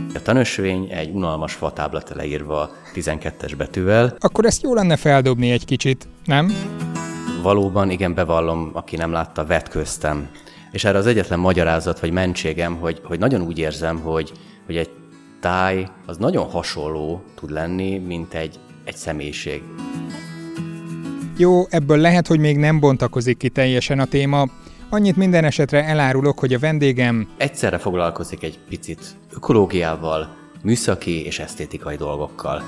A tanösvény egy unalmas fatáblata leírva 12-es betűvel. Akkor ezt jó lenne feldobni egy kicsit, nem? Valóban, igen, bevallom, aki nem látta, vetköztem. És erre az egyetlen magyarázat vagy mentségem, hogy nagyon úgy érzem, hogy egy táj az nagyon hasonló tud lenni, mint egy személyiség. Jó, ebből lehet, hogy még nem bontakozik ki teljesen a téma. Annyit minden esetre elárulok, hogy a vendégem egyszerre foglalkozik egy picit ökológiával, műszaki és esztétikai dolgokkal.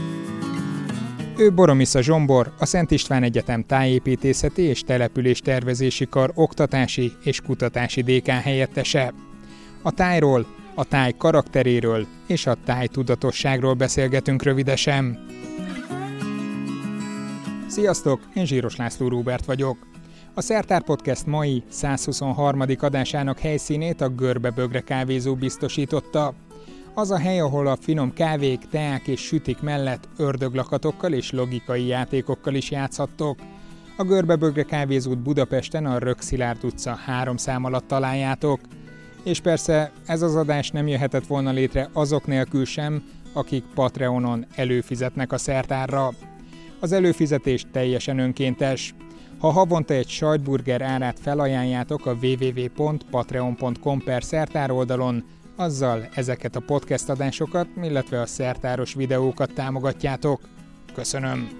Ő Boromisza Zsombor, a Szent István Egyetem tájépítészeti és településtervezési kar oktatási és kutatási dékán helyettese. A tájról, a táj karakteréről és a tájtudatosságról beszélgetünk rövidesen. Sziasztok, én Zsíros László Róbert vagyok. A Szertár Podcast mai 123. adásának helyszínét a Görbe-Bögre kávézó biztosította. Az a hely, ahol a finom kávék, teák és sütik mellett ördöglakatokkal és logikai játékokkal is játszhattok. A Görbe-Bögre kávézót Budapesten a Rökszilárd utca 3 szám alatt találjátok. És persze ez az adás nem jöhetett volna létre azok nélkül sem, akik Patreonon előfizetnek a Szertárra. Az előfizetés teljesen önkéntes. Ha havonta egy sajtburger árát felajánljátok a www.patreon.com/szertár oldalon, azzal ezeket a podcast adásokat, illetve a szertáros videókat támogatjátok. Köszönöm!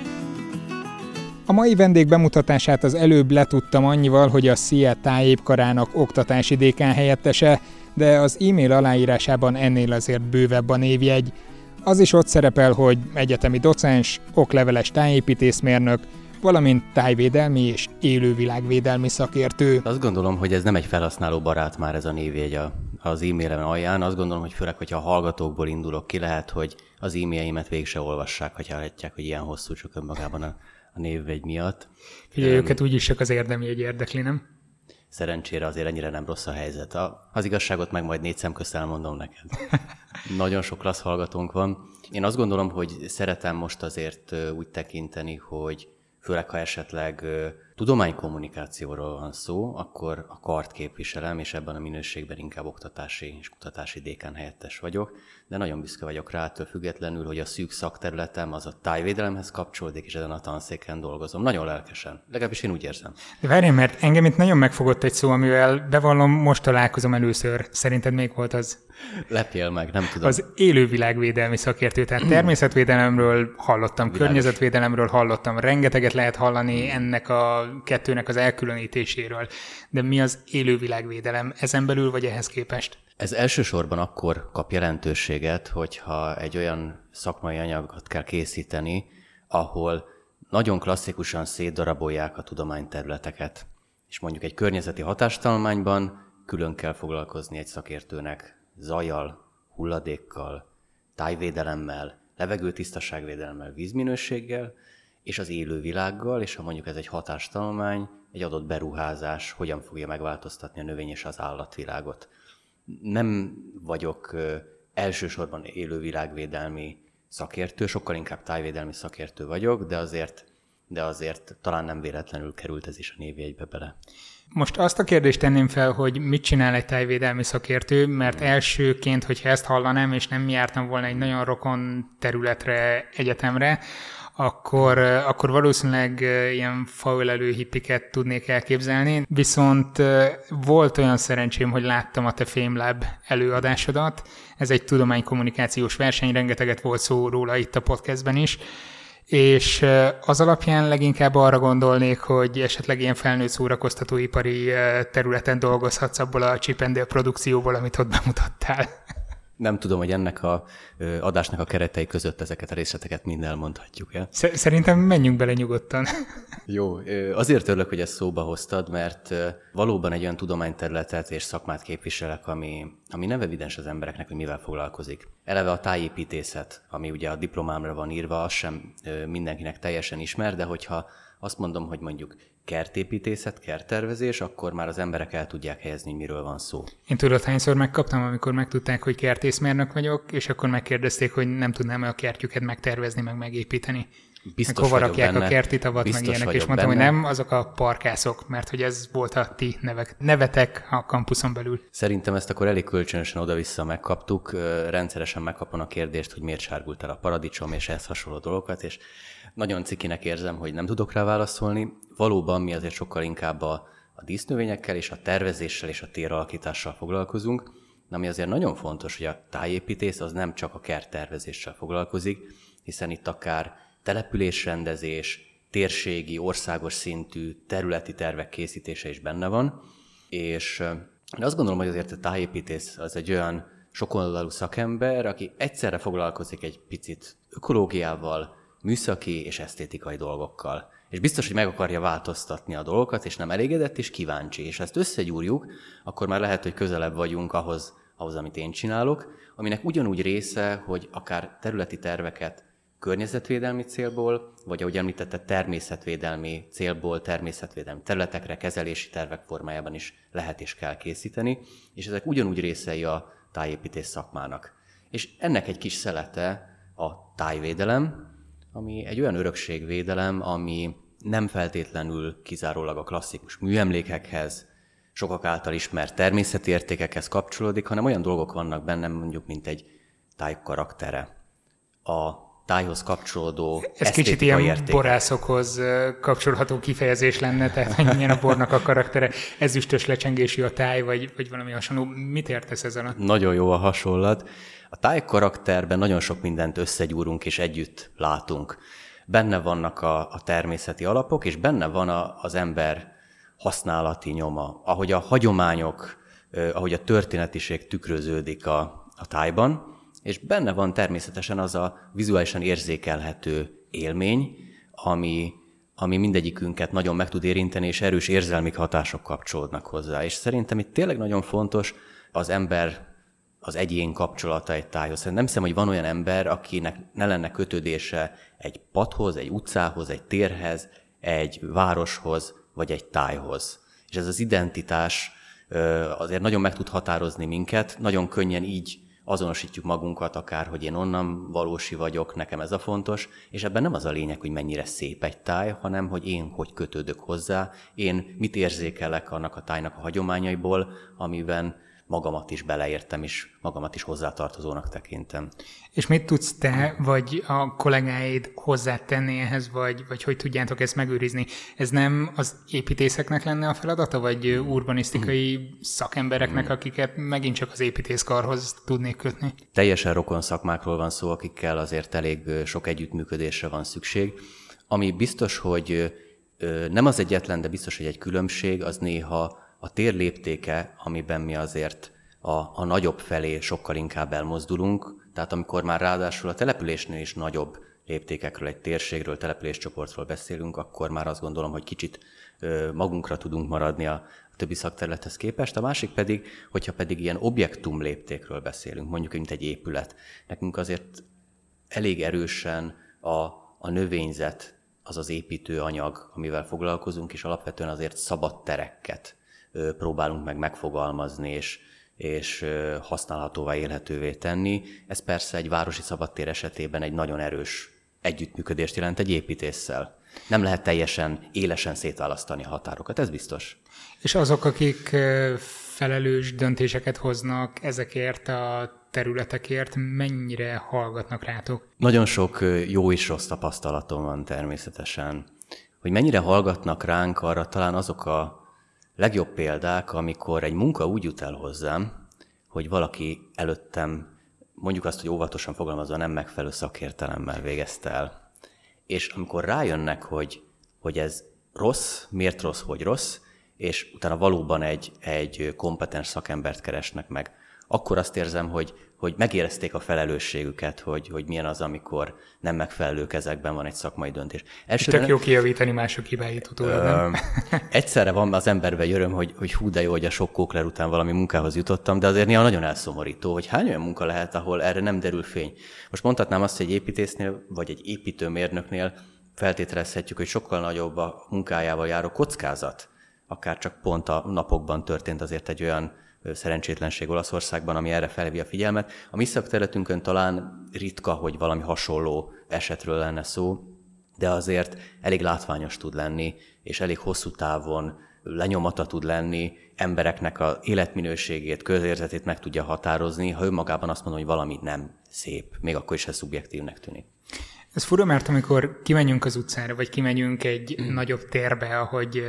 A mai vendég bemutatását az előbb letudtam annyival, hogy a SZIE tájépkarának oktatási dékán helyettese, de az e-mail aláírásában ennél azért bővebb a névjegy. Az is ott szerepel, hogy egyetemi docens, okleveles tájépítészmérnök, valamint tájvédelmi és élővilágvédelmi szakértő. Azt gondolom, hogy ez nem egy felhasználóbarát már ez a névjegy az e-mailen alján. Azt gondolom, hogy főleg, hogyha a hallgatókból indulok ki, lehet, hogy az e-mailjeimet végig se olvassák, hogyha látják, hogy ilyen hosszú csak önmagában a névjegy miatt. Figyelj, őket úgyis csak az érdemjegy érdekli, nem? Szerencsére azért ennyire nem rossz a helyzet. Az igazságot meg majd 4 szem közt elmondom neked. Nagyon sok klassz hallgatónk van. Én azt gondolom, hogy szeretem most azért úgy tekinteni, hogy főleg, ha esetleg tudománykommunikációról van szó, akkor a kart képviselem, és ebben a minőségben inkább oktatási és kutatási dékán helyettes vagyok, de nagyon büszke vagyok rá, ettől függetlenül, hogy a szűk szakterületem az a tájvédelemhez kapcsolódik, és ezen a tanszéken dolgozom. Nagyon lelkesen. Legalábbis én úgy érzem. De várjál, mert engem itt nagyon megfogott egy szó, amivel bevallom, most találkozom először. Szerinted még volt az? Lepjél meg, nem tudom. Az élővilágvédelmi szakértő, tehát természetvédelemről hallottam, környezetvédelemről hallottam, rengeteget lehet hallani ennek a kettőnek az elkülönítéséről. De mi az élővilágvédelem ezen belül, vagy ehhez képest? Ez elsősorban akkor kap jelentőséget, hogyha egy olyan szakmai anyagot kell készíteni, ahol nagyon klasszikusan szétdarabolják a tudományterületeket. És mondjuk egy környezeti hatástanulmányban külön kell foglalkozni egy szakértőnek zajjal, hulladékkal, tájvédelemmel, levegőtisztaságvédelemmel, vízminőséggel, és az élővilággal, és ha mondjuk ez egy hatástanulmány, egy adott beruházás hogyan fogja megváltoztatni a növény és az állatvilágot. Nem vagyok elsősorban élővilágvédelmi szakértő, sokkal inkább tájvédelmi szakértő vagyok, de azért talán nem véletlenül került ez is a névjegybe bele. Most azt a kérdést tenném fel, hogy mit csinál egy tájvédelmi szakértő, mert elsőként, hogyha ezt hallanám, és nem jártam volna egy nagyon rokon területre, egyetemre, akkor valószínűleg ilyen faölelő hippiket tudnék elképzelni. Viszont volt olyan szerencsém, hogy láttam a te FameLab előadásodat. Ez egy tudománykommunikációs verseny, rengeteget volt szó róla itt a podcastben is. És az alapján leginkább arra gondolnék, hogy esetleg ilyen felnőtt szórakoztatóipari területen dolgozhatsz abból a csipendő produkcióból, amit ott bemutattál. Nem tudom, hogy ennek a adásnak a keretei között ezeket a részleteket mind elmondhatjuk el. Szerintem menjünk bele nyugodtan. Jó, azért örülök, hogy ezt szóba hoztad, mert valóban egy olyan tudományterületet és szakmát képviselek, ami nem evidens az embereknek, hogy mivel foglalkozik. Eleve a tájépítészet, ami ugye a diplomámra van írva, az sem mindenkinek teljesen ismer, de hogyha azt mondom, hogy mondjuk kertépítészet, kerttervezés, akkor már az emberek el tudják helyezni, hogy miről van szó. Én tudod, hányszor megkaptam, amikor megtudták, hogy kertészmérnök vagyok, és akkor megkérdezték, hogy nem tudnám-e a kertjüket megtervezni, meg megépíteni. Biztos hova vagyok rakják benne. a kerti tavat, meg ilyenek, és mondtam, hogy nem azok a parkászok, mert hogy ez volt a ti nevetek a kampuszon belül. Szerintem ezt akkor elég kölcsönösen oda-vissza megkaptuk. Rendszeresen megkapom a kérdést, hogy miért sárgult el a paradicsom, és ehhez hasonló dolgokat, és nagyon cikinek érzem, hogy nem tudok rá válaszolni. Valóban mi azért sokkal inkább a dísznövényekkel és a tervezéssel és a téralakítással foglalkozunk, de ami azért nagyon fontos, hogy a tájépítész az nem csak a kerttervezéssel foglalkozik, hiszen itt akár településrendezés, térségi, országos szintű területi tervek készítése is benne van, és én azt gondolom, hogy azért a tájépítész az egy olyan sokoldalú szakember, aki egyszerre foglalkozik egy picit ökológiával, műszaki és esztétikai dolgokkal. És biztos, hogy meg akarja változtatni a dolgokat, és nem elégedett, és kíváncsi. És ha ezt összegyúrjuk, akkor már lehet, hogy közelebb vagyunk ahhoz, amit én csinálok, aminek ugyanúgy része, hogy akár területi terveket környezetvédelmi célból, vagy ahogy említette, természetvédelmi célból, természetvédelmi területekre, kezelési tervek formájában is lehet és kell készíteni, és ezek ugyanúgy részei a tájépítés szakmának. És ennek egy kis szelete a tájvédelem, ami egy olyan örökségvédelem, ami nem feltétlenül kizárólag a klasszikus műemlékekhez, sokak által ismert természeti értékekhez kapcsolódik, hanem olyan dolgok vannak bennem, mondjuk, mint egy táj karaktere. A tájhoz kapcsolódó ez kicsit ilyen borászokhoz kapcsolható kifejezés lenne, tehát hogy milyen a bornak a karaktere, ezüstös lecsengésű a táj, vagy valami hasonló. Mit értesz ez alatt? Nagyon jó a hasonlat. A táj karakterben nagyon sok mindent összegyúrunk és együtt látunk. Benne vannak a természeti alapok, és benne van az ember használati nyoma, ahogy a hagyományok, ahogy a történetiség tükröződik a tájban, és benne van természetesen az a vizuálisan érzékelhető élmény, ami mindegyikünket nagyon meg tud érinteni, és erős érzelmi hatások kapcsolódnak hozzá. És szerintem itt tényleg nagyon fontos az ember, az egyén kapcsolata egy tájhoz. Nem hiszem, hogy van olyan ember, akinek ne lenne kötődése egy padhoz, egy utcához, egy térhez, egy városhoz, vagy egy tájhoz. És ez az identitás azért nagyon meg tud határozni minket, nagyon könnyen így azonosítjuk magunkat, akár, hogy én onnan valósi vagyok, nekem ez a fontos, és ebben nem az a lényeg, hogy mennyire szép egy táj, hanem hogy én hogy kötődök hozzá, én mit érzékelek annak a tájnak a hagyományaiból, amiben magamat is beleértem, és magamat is hozzátartozónak tekintem. És mit tudsz te, vagy a kollégáid hozzátenni ehhez, vagy hogy tudjátok ezt megőrizni? Ez nem az építészeknek lenne a feladata, vagy urbanisztikai szakembereknek, akiket megint csak az építészkarhoz tudnék kötni? Teljesen rokon szakmákról van szó, akikkel azért elég sok együttműködésre van szükség. Ami biztos, hogy nem az egyetlen, de biztos, hogy egy különbség, az néha a tér léptéke, amiben mi azért a nagyobb felé sokkal inkább elmozdulunk, tehát amikor már ráadásul a településnél is nagyobb léptékekről, egy térségről, településcsoportról beszélünk, akkor már azt gondolom, hogy kicsit magunkra tudunk maradni a többi szakterülethez képest. A másik pedig, hogyha pedig ilyen objektum léptékről beszélünk, mondjuk mint egy épület. Nekünk azért elég erősen a növényzet az az építőanyag, amivel foglalkozunk, és alapvetően azért szabad tereket próbálunk meg megfogalmazni, és használhatóvá, élhetővé tenni. Ez persze egy városi szabadtér esetében egy nagyon erős együttműködést jelent egy építéssel. Nem lehet teljesen élesen szétválasztani a határokat, ez biztos. És azok, akik felelős döntéseket hoznak ezekért a területekért, mennyire hallgatnak rátok? Nagyon sok jó és rossz tapasztalatom van természetesen. Hogy mennyire hallgatnak ránk, arra talán azok a legjobb példák, amikor egy munka úgy jut el hozzám, hogy valaki előttem, mondjuk azt, hogy óvatosan fogalmazva, nem megfelelő szakértelemmel végezte el. És amikor rájönnek, hogy ez rossz, miért rossz, hogy rossz, és utána valóban egy kompetens szakembert keresnek meg, akkor azt érzem, hogy megérezték a felelősségüket, hogy milyen az, amikor nem megfelelő kezekben van egy szakmai döntés. Tök jó kijavítani mások hibáit utólag, nem? Egyszerre van az emberben öröm, hogy hú, de jó, hogy a sok kókler után valami munkához jutottam, de azért néha nagyon elszomorító, hogy hány olyan munka lehet, ahol erre nem derül fény. Most mondhatnám azt, hogy egy építésznél, vagy egy építőmérnöknél feltételezhetjük, hogy sokkal nagyobb a munkájával járó kockázat. Akár csak pont a napokban történt azért egy olyan szerencsétlenség Olaszországban, ami erre felhívja a figyelmet. A mi szakterületünkön talán ritka, hogy valami hasonló esetről lenne szó, de azért elég látványos tud lenni, és elég hosszú távon lenyomata tud lenni, embereknek az életminőségét, közérzetét meg tudja határozni, ha önmagában azt mondom, hogy valami nem szép, még akkor is, ha szubjektívnek tűnik. Ez fura, mert amikor kimegyünk az utcára, vagy kimegyünk egy nagyobb térbe,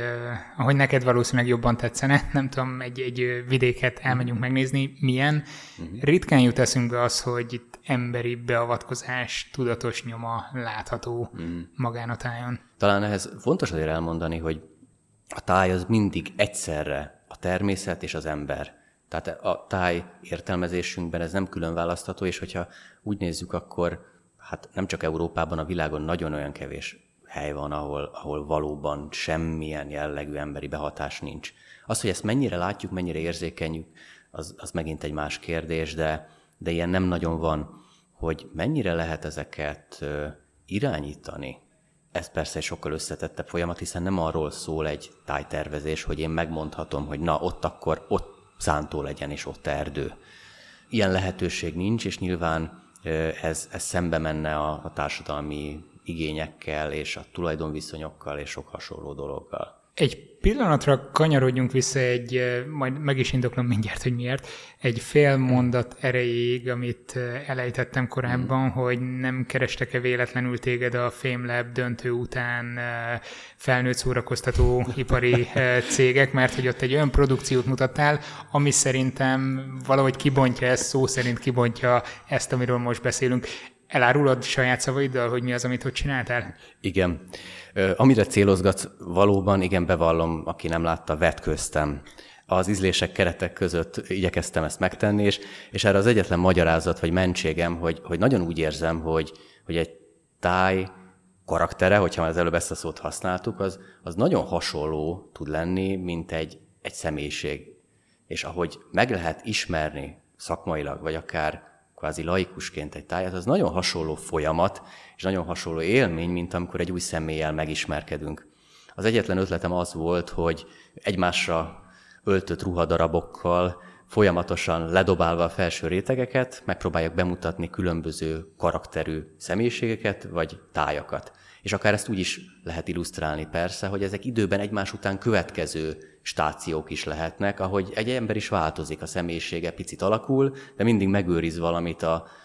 ahogy neked valószínűleg jobban tetszene, nem tudom, egy vidéket elmegyünk megnézni, milyen, ritkán jut eszünkbe az, hogy itt emberi beavatkozás, tudatos nyoma látható magán a tájon. Talán ehhez fontos azért elmondani, hogy a táj az mindig egyszerre a természet és az ember. Tehát a táj értelmezésünkben ez nem külön választható, és hogyha úgy nézzük, akkor hát nem csak Európában, a világon nagyon olyan kevés hely van, ahol valóban semmilyen jellegű emberi behatás nincs. Az, hogy ezt mennyire látjuk, mennyire érzékenyük, az megint egy más kérdés, de ilyen nem nagyon van, hogy mennyire lehet ezeket irányítani. Ez persze egy sokkal összetettebb folyamat, hiszen nem arról szól egy tájtervezés, hogy én megmondhatom, hogy na ott szántó legyen, és ott erdő. Ilyen lehetőség nincs, és nyilván ez szembe menne a társadalmi igényekkel, és a tulajdonviszonyokkal, és sok hasonló dologgal. Egy pillanatra kanyarodjunk vissza majd meg is indoklom mindjárt, hogy miért, egy fél mondat erejéig, amit elejtettem korábban, hogy nem kerestek-e véletlenül téged a FameLab döntő után felnőtt szórakoztató ipari cégek, mert hogy ott egy olyan produkciót mutattál, ami szerintem valahogy kibontja ezt, szó szerint kibontja ezt, amiről most beszélünk. Elárulod saját szavaiddal, hogy mi az, amit ott csináltál? Igen. Amire célozgatsz, valóban, igen, bevallom, aki nem látta, vetköztem. Az ízlések keretek között igyekeztem ezt megtenni, és erre az egyetlen magyarázat, vagy mentségem, hogy nagyon úgy érzem, hogy egy táj karaktere, hogyha már az előbb ezt a szót használtuk, az nagyon hasonló tud lenni, mint egy személyiség. És ahogy meg lehet ismerni szakmailag, vagy akár kvázi laikusként egy tájat, az nagyon hasonló folyamat, és nagyon hasonló élmény, mint amikor egy új személlyel megismerkedünk. Az egyetlen ötletem az volt, hogy egymásra öltött ruhadarabokkal, folyamatosan ledobálva a felső rétegeket, megpróbálják bemutatni különböző karakterű személyiségeket, vagy tájakat. És akár ezt úgy is lehet illusztrálni persze, hogy ezek időben egymás után következő stációk is lehetnek, ahogy egy ember is változik, a személyisége picit alakul, de mindig megőriz valamit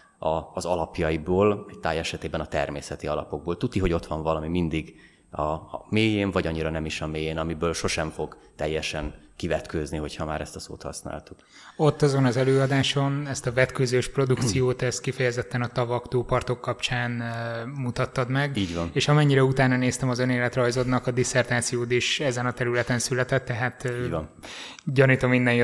az alapjaiból, egy táj esetében a természeti alapokból. Tuti, hogy ott van valami mindig a mélyén, vagy annyira nem is a mélyén, amiből sosem fog teljesen kivetkőzni, hogyha már ezt a szót használtuk. Ott azon az előadáson ezt a vetkőzős produkciót, ezt kifejezetten a tavak, tópartok kapcsán mutattad meg. Így van. És amennyire utána néztem az önéletrajzodnak, a disszertációd is ezen a területen született, tehát gyanítom, innen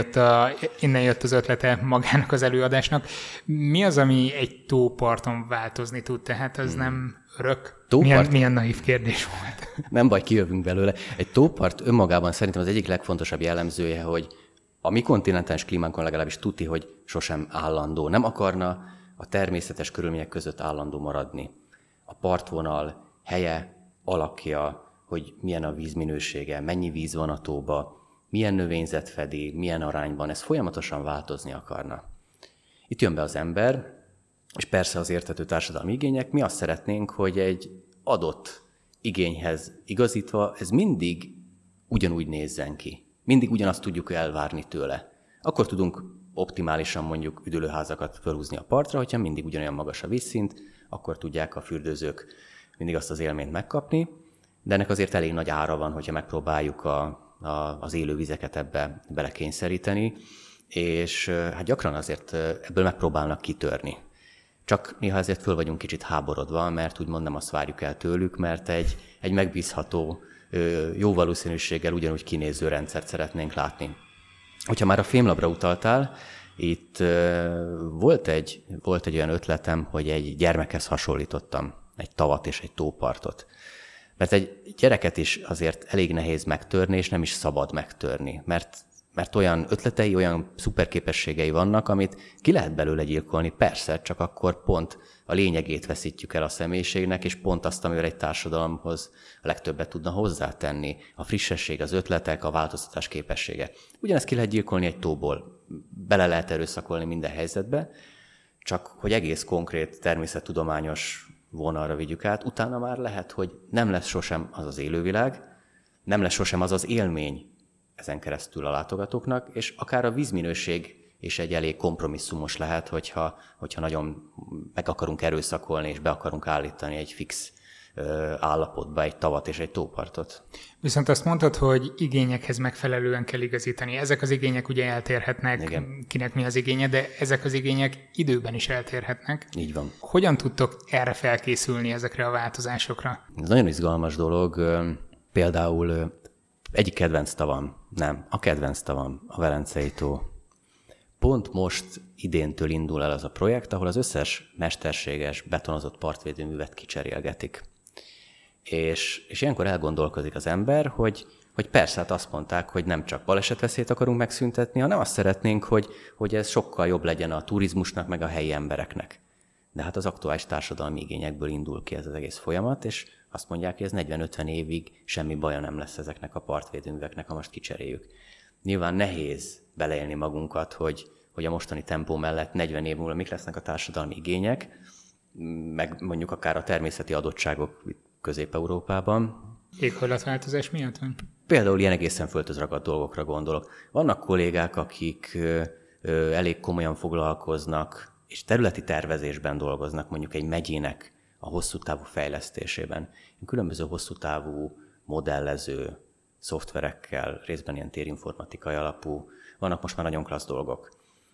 jött az ötlete magának az előadásnak. Mi az, ami egy tóparton változni tud? Tehát az nem örök? Milyen naív kérdés volt. Nem baj, kijövünk belőle. Egy tópart önmagában szerintem az egyik legfontosabb jellemzője, hogy a mi kontinentális klímánkon legalábbis tuti, hogy sosem állandó. Nem akarna a természetes körülmények között állandó maradni. A partvonal helye, alakja, hogy milyen a vízminősége, mennyi víz van a tóba, milyen növényzet fedi, milyen arányban, ez folyamatosan változni akarna. Itt jön be az ember, és persze az érthető társadalmi igények, mi azt szeretnénk, hogy egy adott igényhez igazítva ez mindig ugyanúgy nézzen ki. Mindig ugyanazt tudjuk elvárni tőle. Akkor tudunk optimálisan mondjuk üdülőházakat felhúzni a partra, hogyha mindig ugyanolyan magas a vízszint, akkor tudják a fürdőzők mindig azt az élményt megkapni, de ennek azért elég nagy ára van, hogyha megpróbáljuk az élővizeket ebbe belekényszeríteni, és hát gyakran azért ebből megpróbálnak kitörni. Csak néha ezért föl vagyunk kicsit háborodva, mert úgymond nem azt várjuk el tőlük, mert egy megbízható, jó valószínűséggel ugyanúgy kinéző rendszert szeretnénk látni. Hogyha már a FameLabra utaltál, itt volt egy olyan ötletem, hogy egy gyermekhez hasonlítottam egy tavat és egy tópartot. Mert egy gyereket is azért elég nehéz megtörni, és nem is szabad megtörni, mert olyan ötletei, olyan szuperképességei vannak, amit ki lehet belőle gyilkolni, persze, csak akkor pont a lényegét veszítjük el a személyiségnek, és pont azt, amivel egy társadalomhoz a legtöbbet tudna hozzátenni, a frissesség, az ötletek, a változtatás képessége. Ugyanezt ki lehet gyilkolni egy tóból, bele lehet erőszakolni minden helyzetbe, csak hogy egész konkrét természettudományos vonalra vigyük át, utána már lehet, hogy nem lesz sosem az az élővilág, nem lesz sosem az az élmény ezen keresztül a látogatóknak, és akár a vízminőség is egy elég kompromisszumos lehet, hogyha nagyon meg akarunk erőszakolni, és be akarunk állítani egy fix állapotba egy tavat és egy tópartot. Viszont azt mondtad, hogy igényekhez megfelelően kell igazítani. Ezek az igények ugye eltérhetnek, igen. Kinek mi az igénye, de ezek az igények időben is eltérhetnek. Így van. Hogyan tudtok erre felkészülni, ezekre a változásokra? Ez nagyon izgalmas dolog. Például egyik kedvenc tavam, a kedvenc tavam, a Velencei tó. Pont most idéntől indul el az a projekt, ahol az összes mesterséges, betonozott partvédőművet kicserélgetik. És ilyenkor elgondolkozik az ember, hogy persze, hát azt mondták, hogy nem csak balesetveszélyt akarunk megszüntetni, hanem azt szeretnénk, hogy ez sokkal jobb legyen a turizmusnak, meg a helyi embereknek. De hát az aktuális társadalmi igényekből indul ki ez az egész folyamat, és azt mondják, hogy ez 40-50 évig semmi baja nem lesz ezeknek a partvédőműveknek, ha most kicseréljük. Nyilván nehéz beleélni magunkat, hogy a mostani tempó mellett 40 év múlva mik lesznek a társadalmi igények, meg mondjuk akár a természeti adottságok Közép-Európában. Éghajlatváltozás miatt van? Például ilyen egészen földhöz ragadt dolgokra gondolok. Vannak kollégák, akik elég komolyan foglalkoznak, és területi tervezésben dolgoznak, mondjuk egy megyének a hosszú távú fejlesztésében. Különböző hosszú távú modellező szoftverekkel, részben ilyen térinformatikai alapú, vannak most már nagyon klassz dolgok.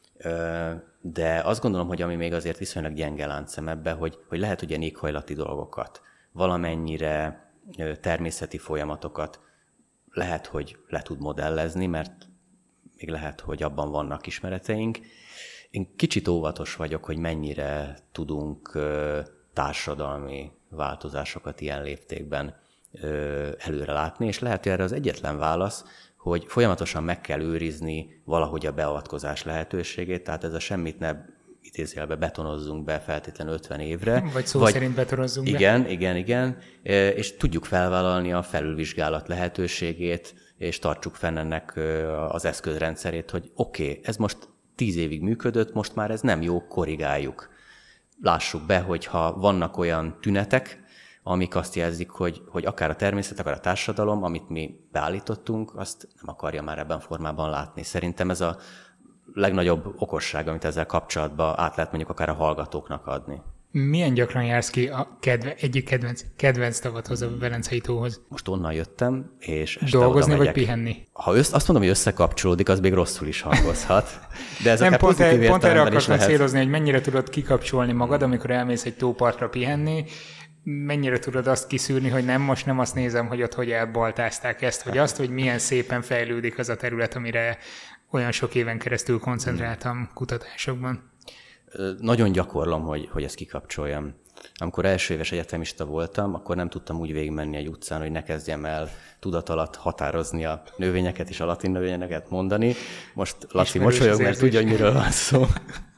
De azt gondolom, hogy ami még azért viszonylag gyenge láncszem ebbe, hogy lehet, hogy ilyen éghajlati dolgokat, valamennyire természeti folyamatokat lehet, hogy le tud modellezni, mert még lehet, hogy abban vannak ismereteink. Én kicsit óvatos vagyok, hogy mennyire tudunk társadalmi változásokat ilyen léptékben előre látni, és lehet, hogy erre az egyetlen válasz, hogy folyamatosan meg kell őrizni valahogy a beavatkozás lehetőségét, tehát ez a semmit ne idézőjelbe betonozzunk be feltétlenül 50 évre. Vagy szó szerint betorozzunk be. Igen. És tudjuk felvállalni a felülvizsgálat lehetőségét, és tartsuk fenn ennek az eszközrendszerét, hogy oké, ez most 10 évig működött, most már ez nem jó, korrigáljuk. Lássuk be, hogyha vannak olyan tünetek, amik azt jelzik, hogy akár a természet, akár a társadalom, amit mi beállítottunk, azt nem akarja már ebben formában látni. Szerintem ez a legnagyobb okosság, amit ezzel kapcsolatban át lehet mondjuk akár a hallgatóknak adni. Milyen gyakran jársz ki a egyik kedvenc tavathoz, a Velencei tóhoz? Most onnan jöttem, és este dolgozni vagy pihenni? Ha azt mondom, hogy összekapcsolódik, az még rosszul is hangozhat. De ez nem, pont erre akartam célozni, hogy mennyire tudod kikapcsolni magad, amikor elmész egy tópartra pihenni, mennyire tudod azt kiszűrni, hogy most nem azt nézem, hogy ott hogy elbaltázták ezt, vagy azt, hogy milyen szépen fejlődik az a terület, amire olyan sok éven keresztül koncentráltam kutatásokban. Nagyon gyakorlom, hogy ezt kikapcsoljam. Amikor első éves egyetemista voltam, akkor nem tudtam úgy végigmenni egy utcán, hogy ne kezdjem el tudat alatt határozni a növényeket és a latin növényeket mondani. Most Laci mosolyog, mert tudja, hogy miről van szó.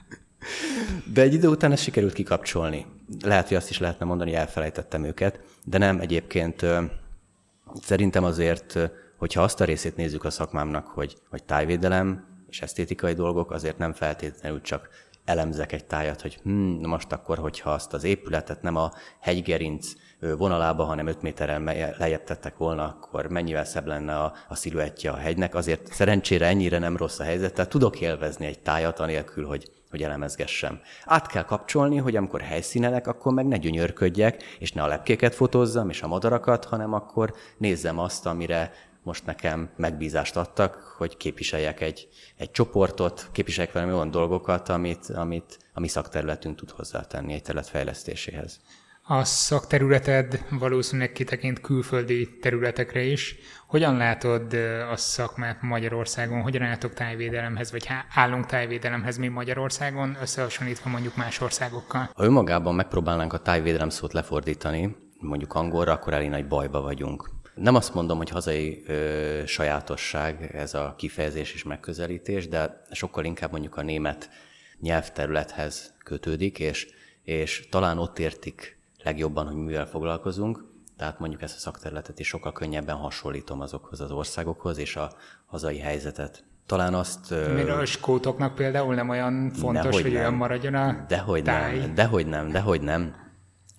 De egy idő után ezt sikerült kikapcsolni. Lehet, hogy azt is lehetne mondani, hogy elfelejtettem őket, de nem egyébként. Szerintem azért, hogyha azt a részét nézzük a szakmámnak, hogy tájvédelem és esztétikai dolgok, azért nem feltétlenül csak elemzek egy tájat, hogy most akkor, hogyha azt az épületet nem a hegygerinc vonalába, hanem 5 méterrel lejjebb tettek volna, akkor mennyivel szebb lenne a sziluettje a hegynek. Azért szerencsére ennyire nem rossz a helyzet, tehát tudok élvezni egy tájat anélkül, hogy elemezgessem. Át kell kapcsolni, hogy amikor helyszínelek, akkor meg ne gyönyörködjek, és ne a lepkéket fotózzam, és a madarakat, hanem akkor nézzem azt, amire most nekem megbízást adtak, hogy képviseljek egy csoportot, képviseljek velem olyan dolgokat, amit a mi szakterületünk tud hozzátenni egy terület fejlesztéséhez. A szakterületed valószínűleg kitekint külföldi területekre is. Hogyan látod a szakmát Magyarországon? Hogyan álltok tájvédelemhez, vagy állunk tájvédelemhez mi Magyarországon, összehasonlítva mondjuk más országokkal? Ha önmagában megpróbálnánk a tájvédelem szót lefordítani, mondjuk angolra, akkor elég nagy bajba vagyunk. Nem azt mondom, hogy hazai sajátosság ez a kifejezés és megközelítés, de sokkal inkább mondjuk a német nyelvterülethez kötődik, és talán ott értik legjobban, hogy mivel foglalkozunk, tehát mondjuk ezt a szakterületet is sokkal könnyebben hasonlítom azokhoz az országokhoz és a hazai helyzetet. Talán azt... Miről a skótoknak például nem olyan fontos, hogy olyan maradjon a táj? Dehogy nem.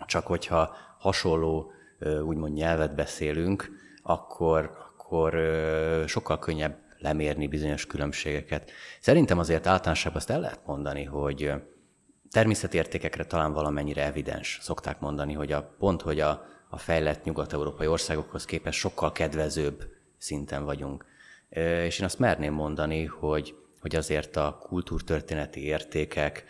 Csak hogyha hasonló úgymond nyelvet beszélünk, akkor sokkal könnyebb lemérni bizonyos különbségeket. Szerintem azért általánosságban azt el lehet mondani, hogy természeti értékekre talán valamennyire evidens. Szokták mondani, hogy hogy a fejlett nyugat-európai országokhoz képest sokkal kedvezőbb szinten vagyunk. És én azt merném mondani, hogy azért a kultúrtörténeti értékek,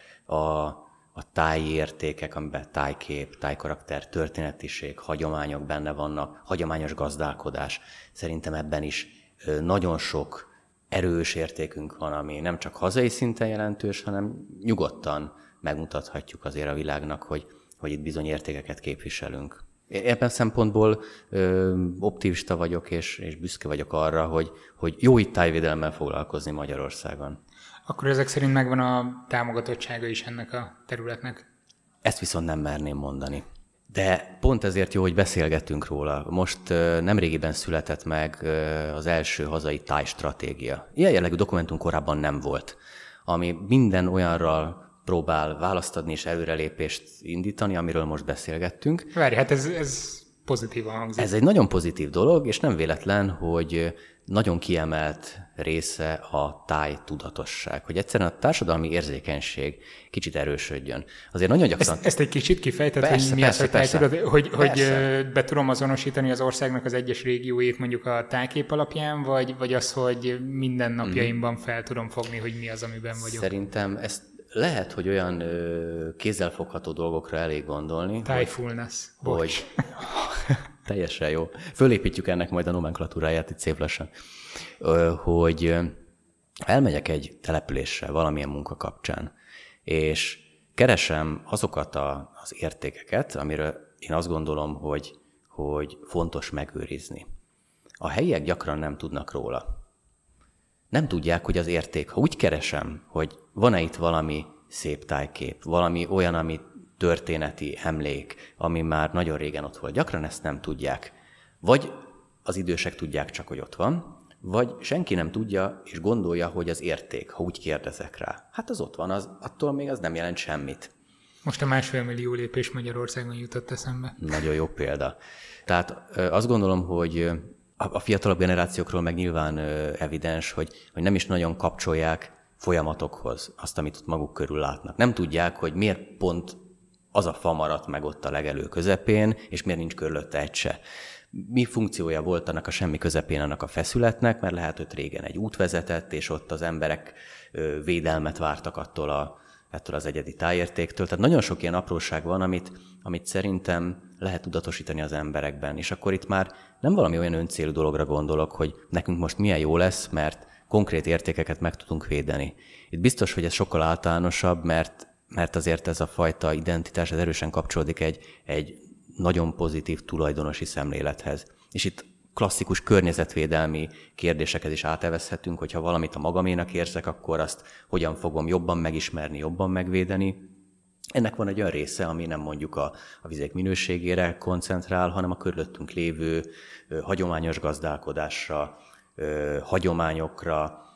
a táji értékek, amiben tájkép, tájkarakter, történetiség, hagyományok benne vannak, hagyományos gazdálkodás. Szerintem ebben is nagyon sok erős értékünk van, ami nem csak hazai szinten jelentős, hanem nyugodtan megmutathatjuk azért a világnak, hogy itt bizony értékeket képviselünk. Ebben szempontból optimista vagyok, és büszke vagyok arra, hogy jó itt tájvédelemmel foglalkozni Magyarországon. Akkor ezek szerint megvan a támogatottsága is ennek a területnek? Ezt viszont nem merném mondani. De pont ezért jó, hogy beszélgettünk róla. Most nemrégiben született meg az első hazai tájstratégia. Ilyen jellegű dokumentum korábban nem volt, ami minden olyanral próbál választ adni és előrelépést indítani, amiről most beszélgettünk. Várj, hát ez pozitívan hangzik. Ez egy nagyon pozitív dolog, és nem véletlen, hogy nagyon kiemelt része a tájtudatosság, hogy egyszerűen a társadalmi érzékenység kicsit erősödjön. Azért nagyon gyakran... Ezt egy kicsit kifejtett, hogy mi az, hogy tájtudat, hogy be tudom azonosítani az országnak az egyes régióit mondjuk a tájkép alapján, vagy az, hogy minden napjaimban fel tudom fogni, hogy mi az, amiben vagyok? Szerintem ezt lehet, hogy olyan kézzelfogható dolgokra elég gondolni. Tájfulness. Hogy teljesen jó. Fölépítjük ennek majd a nomenklatúráját itt szép lassan. Hogy elmegyek egy településre valamilyen munka kapcsán, és keresem azokat az értékeket, amiről én azt gondolom, hogy fontos megőrizni. A helyiek gyakran nem tudnak róla. Nem tudják, hogy az érték, ha úgy keresem, hogy van-e itt valami szép tájkép, valami olyan, ami történeti emlék, ami már nagyon régen ott volt. Gyakran ezt nem tudják. Vagy az idősek tudják csak, hogy ott van, vagy senki nem tudja és gondolja, hogy az érték, ha úgy kérdezek rá. Hát az ott van, attól még az nem jelent semmit. Most a 1,5 millió lépés Magyarországon jutott eszembe. Nagyon jó példa. Tehát azt gondolom, hogy a fiatalabb generációkról meg nyilván evidens, hogy nem is nagyon kapcsolják folyamatokhoz azt, amit ott maguk körül látnak. Nem tudják, hogy miért pont az a fa maradt meg ott a legelő közepén, és miért nincs körülötte egy se. Mi funkciója volt annak a semmi közepén annak a feszületnek, mert lehet, hogy régen egy út vezetett, és ott az emberek védelmet vártak attól az egyedi tájértéktől. Tehát nagyon sok ilyen apróság van, amit szerintem lehet tudatosítani az emberekben. És akkor itt már nem valami olyan öncélú dologra gondolok, hogy nekünk most milyen jó lesz, mert konkrét értékeket meg tudunk védeni. Itt biztos, hogy ez sokkal általánosabb, mert azért ez a fajta identitás ez erősen kapcsolódik egy nagyon pozitív tulajdonosi szemlélethez. És itt klasszikus környezetvédelmi kérdéseket is átevezhetünk, hogyha valamit a magaménak érzek, akkor azt hogyan fogom jobban megismerni, jobban megvédeni. Ennek van egy olyan része, ami nem mondjuk a vizek minőségére koncentrál, hanem a körülöttünk lévő hagyományos gazdálkodásra, hagyományokra,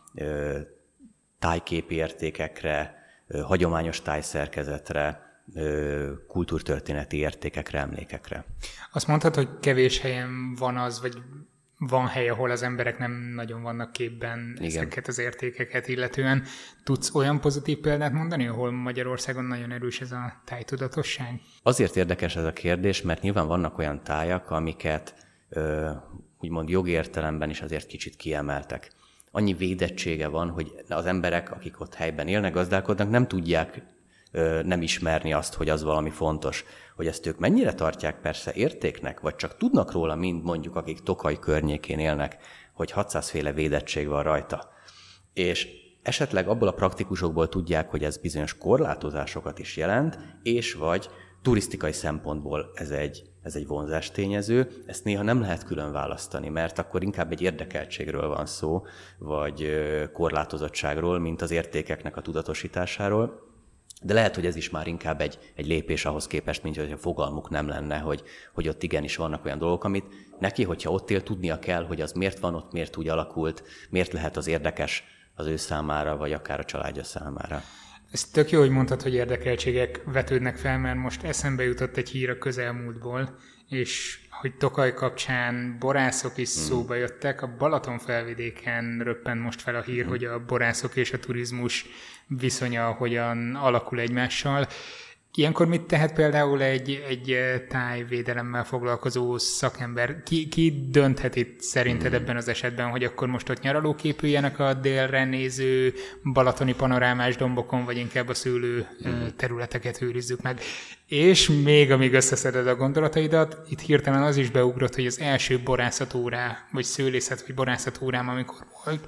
tájképi értékekre, hagyományos tájszerkezetre, kultúrtörténeti értékekre, emlékekre. Azt mondtad, hogy kevés helyen van az, vagy van hely, ahol az emberek nem nagyon vannak képben ezeket az értékeket illetően. Tudsz olyan pozitív példát mondani, ahol Magyarországon nagyon erős ez a tájtudatosság? Azért érdekes ez a kérdés, mert nyilván vannak olyan tájak, amiket úgymond jogi értelemben is azért kicsit kiemeltek. Annyi védettsége van, hogy az emberek, akik ott helyben élnek, gazdálkodnak, nem tudják nem ismerni azt, hogy az valami fontos. Hogy ezt ők mennyire tartják persze értéknek, vagy csak tudnak róla mind mondjuk, akik Tokaj környékén élnek, hogy 600 féle védettség van rajta. És esetleg abból a praktikusokból tudják, hogy ez bizonyos korlátozásokat is jelent, és vagy turisztikai szempontból ez egy vonzástényező, ezt néha nem lehet külön választani, mert akkor inkább egy érdekeltségről van szó, vagy korlátozottságról, mint az értékeknek a tudatosításáról. De lehet, hogy ez is már inkább egy lépés ahhoz képest, mint hogyha fogalmuk nem lenne, hogy ott igenis vannak olyan dolgok, amit neki, hogyha ott él, tudnia kell, hogy az miért van ott, miért úgy alakult, miért lehet az érdekes az ő számára, vagy akár a családja számára. Ez tök jó, hogy mondtad, hogy érdekeltségek vetődnek fel, mert most eszembe jutott egy hír a közelmúltból, és hogy Tokaj kapcsán borászok is szóba jöttek. A Balaton felvidéken röppent most fel a hír, hogy a borászok és a turizmus viszonya hogyan alakul egymással. Ilyenkor mit tehet például egy tájvédelemmel foglalkozó szakember? Ki dönthet itt szerinted ebben az esetben, hogy akkor most ott nyaralók épüljenek a délre néző balatoni panorámás dombokon, vagy inkább a szőlő területeket őrizzük meg? És még amíg összeszeded a gondolataidat, itt hirtelen az is beugrott, hogy az első borászatórá, vagy szőlészet, vagy borászatórám, amikor volt,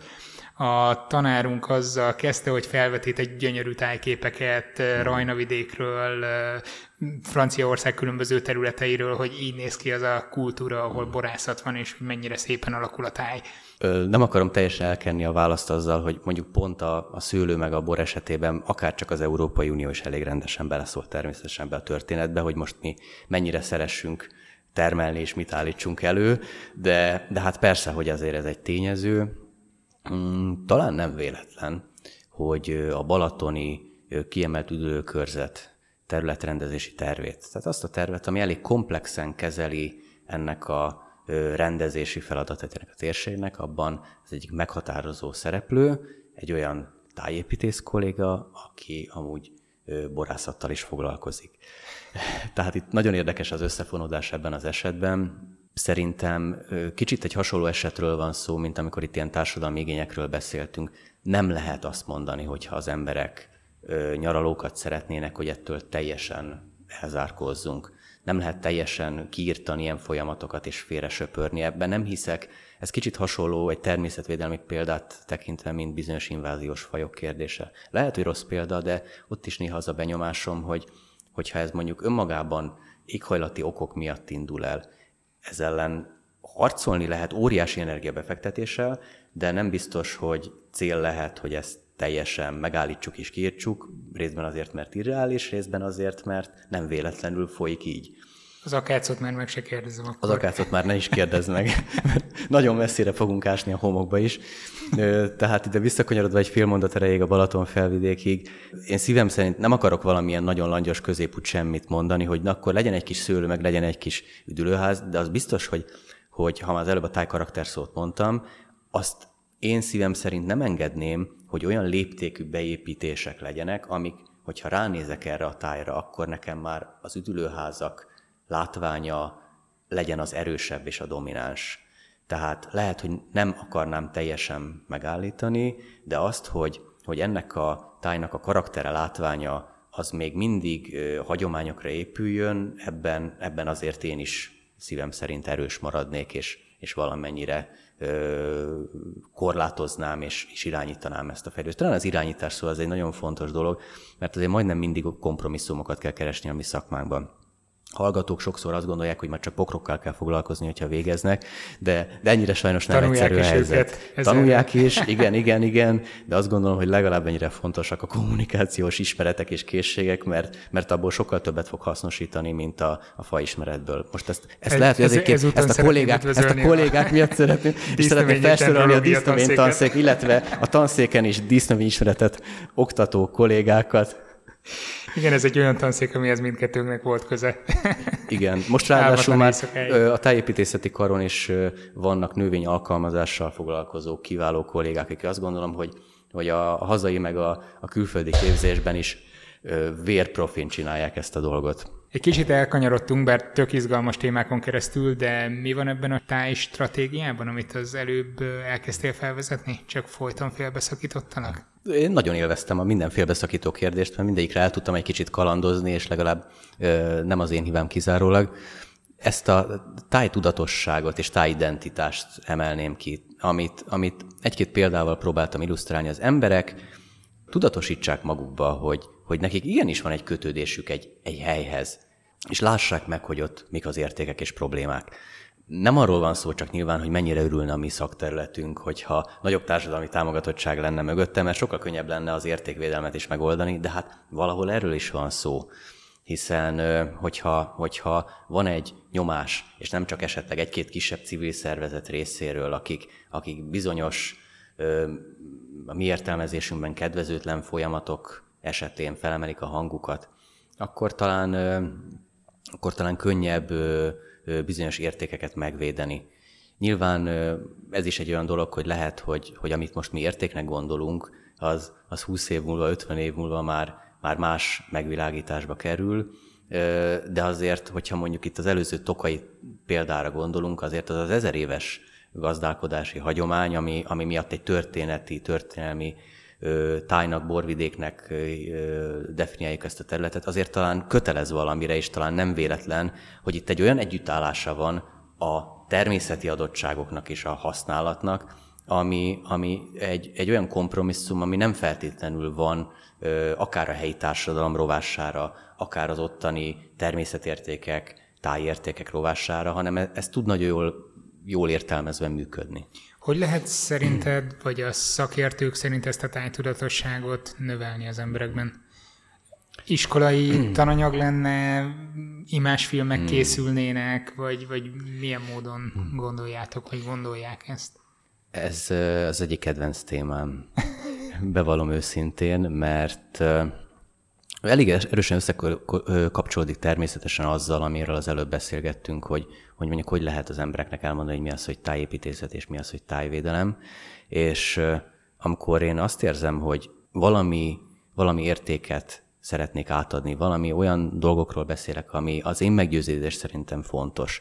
a tanárunk azzal kezdte, hogy felvetít egy gyönyörű tájképeket Rajnavidékről, Franciaország különböző területeiről, hogy így néz ki az a kultúra, ahol borászat van, és mennyire szépen alakul a táj. Nem akarom teljesen elkenni a választ azzal, hogy mondjuk pont a szőlő meg a bor esetében akár csak az Európai Unió is elég rendesen beleszólt természetesen be a történetbe, hogy most mi mennyire szeressünk termelni és mit állítsunk elő, de hát persze, hogy azért ez egy tényező. Talán nem véletlen, hogy a balatoni kiemelt üdülőkörzet területrendezési tervét, tehát azt a tervet, ami elég komplexen kezeli ennek a rendezési feladatát ennek a térségnek, abban az egyik meghatározó szereplő, egy olyan tájépítész kolléga, aki amúgy borászattal is foglalkozik. Tehát itt nagyon érdekes az összefonódás ebben az esetben. Szerintem kicsit egy hasonló esetről van szó, mint amikor itt ilyen társadalmi igényekről beszéltünk. Nem lehet azt mondani, hogyha az emberek nyaralókat szeretnének, hogy ettől teljesen elzárkózzunk. Nem lehet teljesen kiírtani ilyen folyamatokat és félresöpörni. Ebben nem hiszek. Ez kicsit hasonló egy természetvédelmi példát tekintve, mint bizonyos inváziós fajok kérdése. Lehet, hogy rossz példa, de ott is néha az a benyomásom, hogyha ez mondjuk önmagában éghajlati okok miatt indul el, ez ellen harcolni lehet óriási energiabefektetéssel, de nem biztos, hogy cél lehet, hogy ezt teljesen megállítsuk és kiírtsuk, részben azért, mert irreális, részben azért, mert nem véletlenül folyik így. Az akácot már meg se kérdezem akkor. Az akácot már ne is kérdezz meg, mert nagyon messzire fogunk ásni a homokba is. Tehát ide visszakanyarodva egy fél mondat erejéig a Balaton felvidékig, én szívem szerint nem akarok valamilyen nagyon langyos középút semmit mondani, hogy na, akkor legyen egy kis szőlő, meg legyen egy kis üdülőház, de az biztos, hogy ha már az előbb a tájkarakter szót mondtam, azt én szívem szerint nem engedném, hogy olyan léptékű beépítések legyenek, amik, hogyha ránézek erre a tájra, akkor nekem már az üdülőházak látványa legyen az erősebb és a domináns. Tehát lehet, hogy nem akarnám teljesen megállítani, de azt, hogy ennek a tájnak a karaktere, látványa az még mindig hagyományokra épüljön, ebben azért én is szívem szerint erős maradnék, és valamennyire korlátoznám és irányítanám ezt a fejlődést. Talán az irányítás szó az egy nagyon fontos dolog, mert azért majdnem mindig kompromisszumokat kell keresni a mi szakmánkban. Hallgatók sokszor azt gondolják, hogy már csak pokrokkal kell foglalkozni, hogyha végeznek, de ennyire sajnos nem egyszerű a helyzet. Tanulják is, igen, de azt gondolom, hogy legalább ennyire fontosak a kommunikációs ismeretek és készségek, mert abból sokkal többet fog hasznosítani, mint a faismeretből. Most ezt lehet, hogy azért ezt a kollégák miatt szeretném felsorolni a dísznövénytanszék, illetve a tanszéken is dísznövényismeretet oktató kollégákat. Igen, ez egy olyan tanszék, amihez mindkettőnknek volt köze. Igen, most ráadásul már a tájépítészeti karon is vannak növény alkalmazással foglalkozó kiváló kollégák, akik azt gondolom, hogy a hazai meg a külföldi képzésben is vérprofin csinálják ezt a dolgot. Egy kicsit elkanyarodtunk, bár tök izgalmas témákon keresztül, de mi van ebben a tájstratégiában, amit az előbb elkezdtél felvezetni? Csak folyton félbeszakítottalak? Én nagyon élveztem a minden félbeszakító kérdést, mert mindegyikre el tudtam egy kicsit kalandozni, és legalább nem az én hibám kizárólag. Ezt a tájtudatosságot és tájidentitást emelném ki, amit egy-két példával próbáltam illusztrálni. Az emberek tudatosítsák magukba, hogy nekik igenis van egy kötődésük egy helyhez, és lássák meg, hogy ott mik az értékek és problémák. Nem arról van szó csak nyilván, hogy mennyire örülne a mi szakterületünk, hogyha nagyobb társadalmi támogatottság lenne mögötte, mert sokkal könnyebb lenne az értékvédelmet is megoldani, de hát valahol erről is van szó. Hiszen hogyha van egy nyomás, és nem csak esetleg egy-két kisebb civil szervezet részéről, akik bizonyos a mi értelmezésünkben kedvezőtlen folyamatok esetén felemelik a hangukat, akkor talán könnyebb bizonyos értékeket megvédeni. Nyilván ez is egy olyan dolog, hogy lehet, hogy amit most mi értéknek gondolunk, az 20 év múlva, 50 év múlva már más megvilágításba kerül, de azért, hogyha mondjuk itt az előző tokai példára gondolunk, azért az 1000 éves gazdálkodási hagyomány, ami miatt egy történelmi tájnak, borvidéknek definiáljuk ezt a területet, azért talán kötelez valamire, és talán nem véletlen, hogy itt egy olyan együttállása van a természeti adottságoknak és a használatnak, ami egy olyan kompromisszum, ami nem feltétlenül van akár a helyi társadalom rovására, akár az ottani természetértékek, tájértékek rovására, hanem ez tud nagyon jól értelmezve működni. Hogy lehet szerinted, vagy a szakértők szerint ezt a tájtudatosságot növelni az emberekben? Iskolai tananyag lenne, imásfilmek készülnének, vagy milyen módon gondoljátok, vagy gondolják ezt? Ez az egyik kedvenc témám. Bevallom őszintén, mert elég erősen összekapcsolódik természetesen azzal, amiről az előbb beszélgettünk, hogy mondjuk hogy lehet az embereknek elmondani, hogy mi az, hogy tájépítészet, és mi az, hogy tájvédelem. És amikor én azt érzem, hogy valami értéket szeretnék átadni, valami olyan dolgokról beszélek, ami az én meggyőződés szerintem fontos,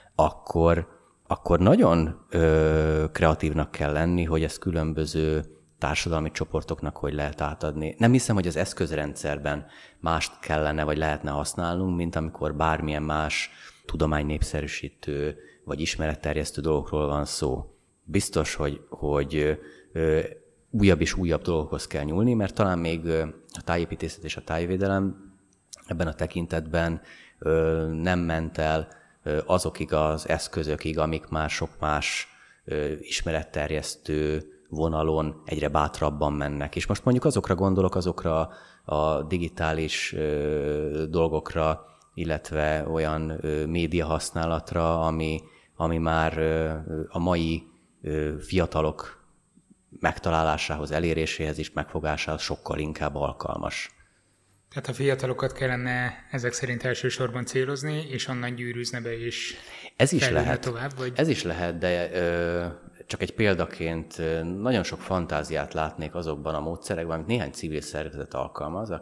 akkor nagyon kreatívnak kell lenni, hogy ezt különböző társadalmi csoportoknak hogy lehet átadni. Nem hiszem, hogy az eszközrendszerben mást kellene vagy lehetne használnunk, mint amikor bármilyen más tudománynépszerűsítő vagy ismeretterjesztő dolgokról van szó. Biztos, hogy újabb és újabb dolgokhoz kell nyúlni, mert talán még a tájépítészet és a tájvédelem ebben a tekintetben nem ment el azokig az eszközökig, amik már sok más ismeretterjesztő vonalon egyre bátrabban mennek. És most mondjuk azokra gondolok, azokra a digitális dolgokra, illetve olyan média használatra, ami már a mai fiatalok megtalálásához, eléréséhez és megfogásához sokkal inkább alkalmas. Tehát a fiatalokat kellene ezek szerint elsősorban célozni, és onnan gyűrűzne be, és ez is lehet tovább? Vagy? Ez is lehet, de csak egy példaként nagyon sok fantáziát látnék azokban a módszerekben, amit néhány civil szervezet alkalmaz,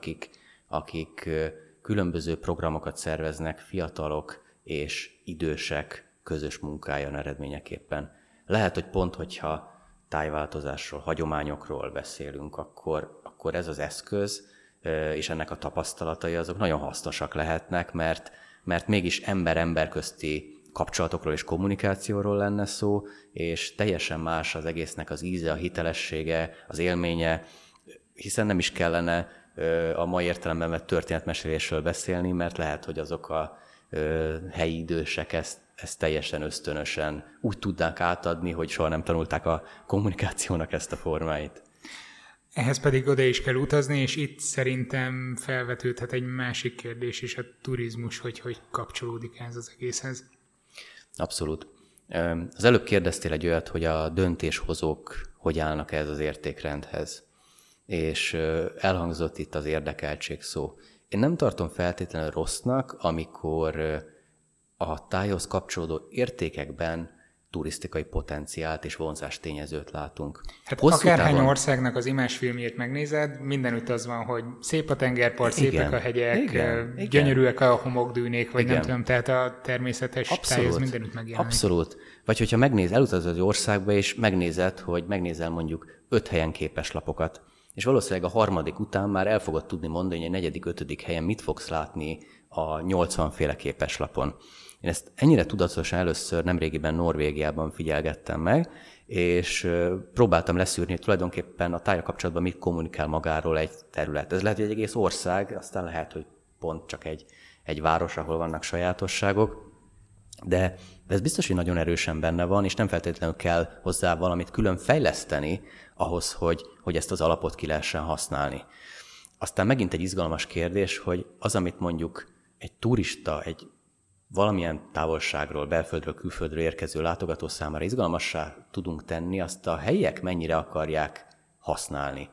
akik különböző programokat szerveznek fiatalok és idősek közös munkája eredményeképpen. Lehet, hogy pont, hogyha tájváltozásról, hagyományokról beszélünk, akkor ez az eszköz és ennek a tapasztalatai azok nagyon hasznosak lehetnek, mert mégis ember-ember közti kapcsolatokról és kommunikációról lenne szó, és teljesen más az egésznek az íze, a hitelessége, az élménye, hiszen nem is kellene a mai értelemben vett történetmesélésről beszélni, mert lehet, hogy azok a helyi idősek ezt teljesen ösztönösen úgy tudnák átadni, hogy soha nem tanulták a kommunikációnak ezt a formáit. Ehhez pedig oda is kell utazni, és itt szerintem felvetődhet egy másik kérdés is, a turizmus, hogy kapcsolódik ez az egészhez. Abszolút. Az előbb kérdeztél egy olyat, hogy a döntéshozók hogy állnak ehhez az értékrendhez, és elhangzott itt az érdekeltség szó. Én nem tartom feltétlenül rossznak, amikor a tájhoz kapcsolódó értékekben turisztikai potenciált és vonzás tényezőt látunk. Hát akárhány országnak az imásfilmjét megnézed, mindenütt az van, hogy szép a tengerpart, szépek a hegyek, gyönyörűek a homokdűnék, vagy nem tudom, tehát a természetes táj az mindenütt megjelenik. Abszolút. Vagy hogyha elutazol az országba, és megnézel mondjuk 5 helyen képeslapokat, és valószínűleg a 3. után már el fogod tudni mondani, hogy a 4., 5. helyen mit fogsz látni a 80 féle képeslapon. Én ezt ennyire tudatosan először nemrégiben Norvégiában figyelgettem meg, és próbáltam leszűrni, hogy tulajdonképpen a tájjal kapcsolatban mit kommunikál magáról egy terület. Ez lehet, hogy egy egész ország, aztán lehet, hogy pont csak egy város, ahol vannak sajátosságok, de ez biztos, hogy nagyon erősen benne van, és nem feltétlenül kell hozzá valamit külön fejleszteni ahhoz, hogy ezt az alapot ki lehessen használni. Aztán megint egy izgalmas kérdés, hogy az, amit mondjuk egy turista, egy valamilyen távolságról, belföldről, külföldről érkező látogató számára izgalmassá tudunk tenni, azt a helyiek mennyire akarják használni.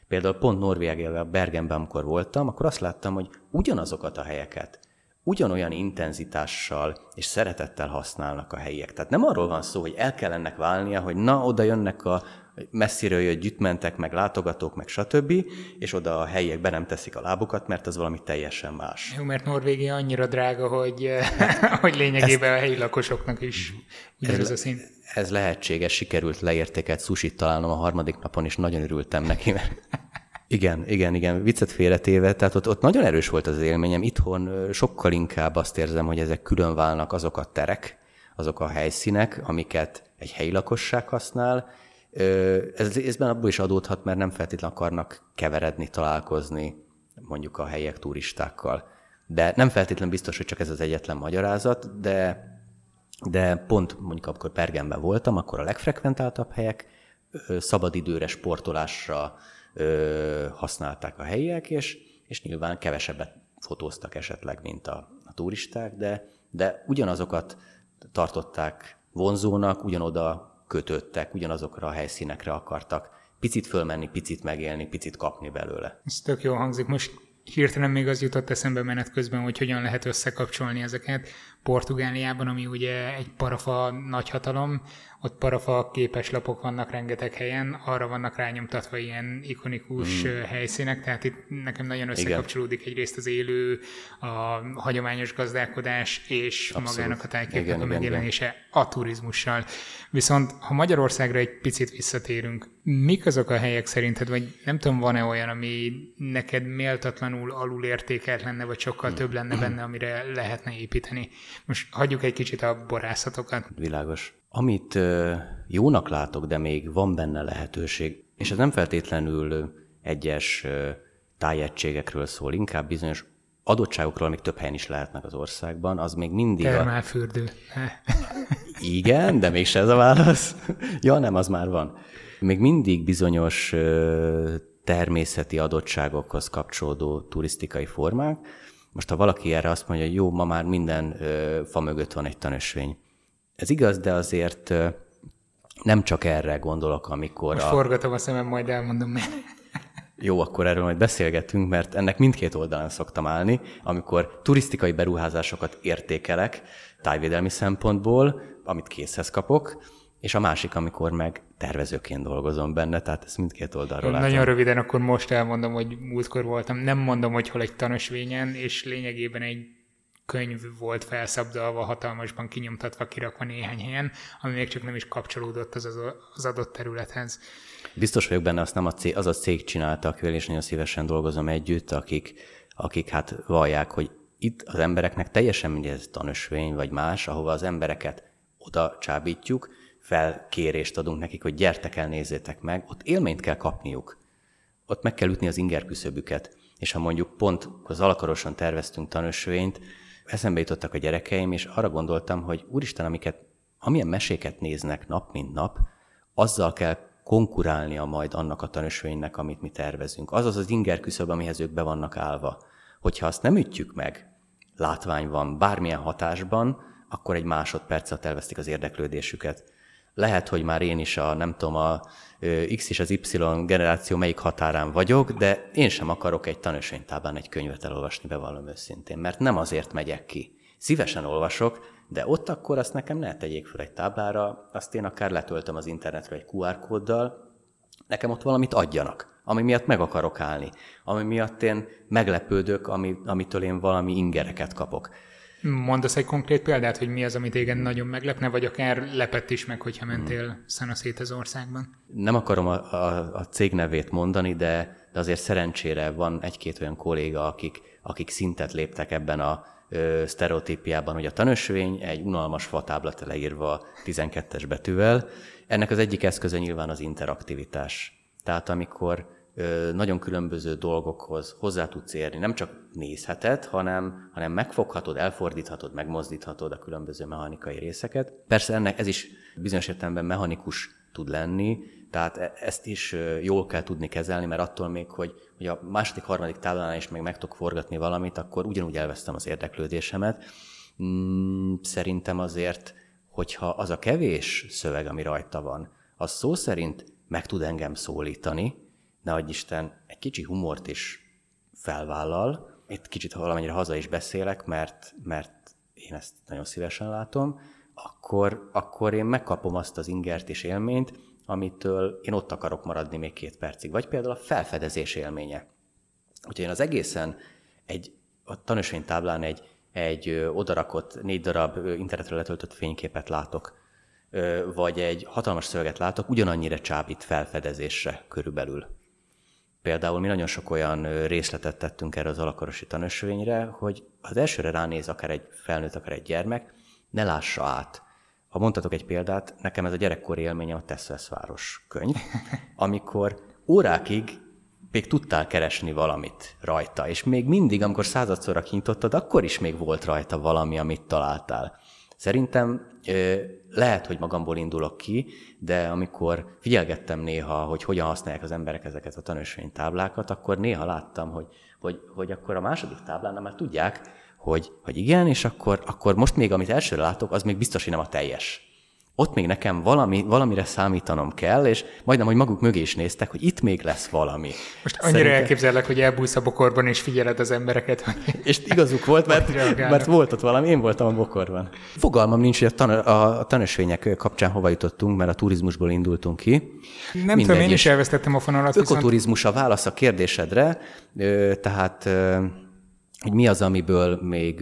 Például pont Norvégiában, Bergenben, amikor voltam, akkor azt láttam, hogy ugyanazokat a helyeket ugyanolyan intenzitással és szeretettel használnak a helyiek. Tehát nem arról van szó, hogy el kell ennek válnia, hogy na, oda jönnek a messziről jött gyüttmentek, meg látogatók, meg stb., és oda a helyiek be nem teszik a lábukat, mert az valami teljesen más. Jó, mert Norvégia annyira drága, hogy lényegében a helyi lakosoknak is ugyanaz a szint. Ez lehetséges, sikerült leértékelt sushit találnom a harmadik napon, és nagyon örültem neki, mert igen, viccet félretéve, tehát ott nagyon erős volt az élményem. Itthon sokkal inkább azt érzem, hogy ezek külön válnak azok a terek, azok a helyszínek, amiket egy helyi lakosság használ. Ez részben abból is adódhat, mert nem feltétlenül akarnak keveredni, találkozni mondjuk a helyiek turistákkal. De nem feltétlenül biztos, hogy csak ez az egyetlen magyarázat, de pont mondjuk amikor Bergenben voltam, akkor a legfrekventáltabb helyek szabadidőre, sportolásra használták a helyiek, és nyilván kevesebbet fotóztak esetleg, mint a turisták, de ugyanazokat tartották vonzónak, ugyanoda kötöttek, ugyanazokra a helyszínekre akartak picit fölmenni, picit megélni, picit kapni belőle. Ez tök jól hangzik. Most hirtelen még az jutott eszembe menet közben, hogy hogyan lehet összekapcsolni ezeket. Portugáliában, ami ugye egy parafa nagyhatalom, ott parafa képeslapok vannak rengeteg helyen, arra vannak rányomtatva ilyen ikonikus helyszínek, tehát itt nekem nagyon összekapcsolódik egyrészt az élő, a hagyományos gazdálkodás és abszolút. Magának a tájképnek a megjelenése a turizmussal. Viszont ha Magyarországra egy picit visszatérünk, mik azok a helyek szerinted, vagy nem tudom, van-e olyan, ami neked méltatlanul alulértékelt lenne, vagy sokkal több lenne benne, amire lehetne építeni? Most hagyjuk egy kicsit a borászatokat. Világos. Amit jónak látok, de még van benne lehetőség, és ez nem feltétlenül egyes tájegységekről szól, inkább bizonyos adottságokról, amik több helyen is lehetnek az országban, az még mindig termálfürdő. Igen, de mégse ez a válasz. Ja, nem, az már van. Még mindig bizonyos természeti adottságokhoz kapcsolódó turisztikai formák. Most ha valaki erre azt mondja, hogy jó, ma már minden fa mögött van egy tanösvény. Ez igaz, de azért nem csak erre gondolok, amikor... Most forgatom a szemem, majd elmondom meg. Jó, akkor erről majd beszélgetünk, mert ennek mindkét oldalán szoktam állni, amikor turisztikai beruházásokat értékelek tájvédelmi szempontból, amit készhez kapok, és a másik, amikor meg tervezőként dolgozom benne, tehát ezt mindkét oldalról látom. Nagyon röviden akkor most elmondom, hogy múltkor voltam. Nem mondom, hogy hol egy tanösvényen, és lényegében egy könyv volt felszabdalva, hatalmasban kinyomtatva, kirakva néhány helyen, ami még csak nem is kapcsolódott az adott területhez. Biztos vagyok benne, azt nem az a cég csinálta, akivel is nagyon szívesen dolgozom együtt, akik hát vallják, hogy itt az embereknek teljesen mindegy, ez tanösvény vagy más, ahova az embereket oda csábítjuk, felkérést adunk nekik, hogy gyertek el, nézzétek meg, ott élményt kell kapniuk. Ott meg kell ütni az inger küszöbüket. És ha mondjuk pont az Alakaroson terveztünk tanösvényt, eszembe jutottak a gyerekeim, és arra gondoltam, hogy úristen, amilyen meséket néznek nap, mint nap, azzal kell konkurálnia majd annak a tanösvénynek, amit mi tervezünk. Az az inger küszöb, amihez ők be vannak állva. Hogyha azt nem ütjük meg, látvány van bármilyen hatásban, akkor egy másodperccel elvesztik az érdeklődésüket. Lehet, hogy már én is a X és az Y generáció melyik határán vagyok, de én sem akarok egy tanösvénytáblán egy könyvet elolvasni, bevallom őszintén, mert nem azért megyek ki. Szívesen olvasok, de ott akkor azt nekem ne tegyék fel egy táblára, azt én akár letöltöm az internetről egy QR kóddal, nekem ott valamit adjanak, ami miatt meg akarok állni, ami miatt én meglepődök, amitől én valami ingereket kapok. Mondasz egy konkrét példát, hogy mi az, amit téged nagyon meglepne, vagy akár lepett is meg, hogyha mentél szanaszét az országban? Nem akarom a cég nevét mondani, de azért szerencsére van egy-két olyan kolléga, akik szintet léptek ebben a sztereotípiában, hogy a tanösvény egy unalmas fatáblat leírva 12-es betűvel. Ennek az egyik eszköze nyilván az interaktivitás. Tehát amikor nagyon különböző dolgokhoz hozzá tudsz érni, nem csak nézheted, hanem megfoghatod, elfordíthatod, megmozdíthatod a különböző mechanikai részeket. Persze ez is bizonyos értelemben mechanikus tud lenni, tehát ezt is jól kell tudni kezelni, mert attól még, hogy a második, harmadik táblánál is meg tudok forgatni valamit, akkor ugyanúgy elvesztem az érdeklődésemet. Szerintem azért, hogyha az a kevés szöveg, ami rajta van, az szó szerint meg tud engem szólítani, nehogy Isten, egy kicsi humort is felvállal, itt kicsit valamennyire haza is beszélek, mert én ezt nagyon szívesen látom, akkor én megkapom azt az ingert és élményt, amitől én ott akarok maradni még 2 percig. Vagy például a felfedezés élménye. Úgyhogy én az egészen a tanúsványtáblán egy odarakott 4 darab internetre letöltött fényképet látok, vagy egy hatalmas szöveget látok, ugyanannyira csábít felfedezésre körülbelül. Például mi nagyon sok olyan részletet tettünk erre az alakarosi tanúsványra, hogy az elsőre ránéz akár egy felnőtt, akár egy gyermek, ne lássa át. Ha mondhatok egy példát, nekem ez a gyerekkori élménye a Tesz-Vesz-város könyv, amikor órákig még tudtál keresni valamit rajta, és még mindig, amikor 100-szorra kinyitottad, akkor is még volt rajta valami, amit találtál. Szerintem lehet, hogy magamból indulok ki, de amikor figyelgettem néha, hogy hogyan használják az emberek ezeket a tanúsványtáblákat, akkor néha láttam, hogy akkor a második táblánál már tudják, hogy igen, és akkor most még, amit elsőre látok, az még biztos, hogy nem a teljes. Ott még nekem valamire számítanom kell, és majdnem, hogy maguk mögé is néztek, hogy itt még lesz valami. Most annyira elképzellek, hogy elbújsz a bokorban, és figyeled az embereket. És igazuk volt, mert volt ott valami, én voltam a bokorban. Fogalmam nincs, hogy a tanúsványok kapcsán hova jutottunk, mert a turizmusból indultunk ki. Nem tudom, én is elvesztettem a fonalat. Ökoturizmus a válasz a kérdésedre, tehát hogy mi az, amiből még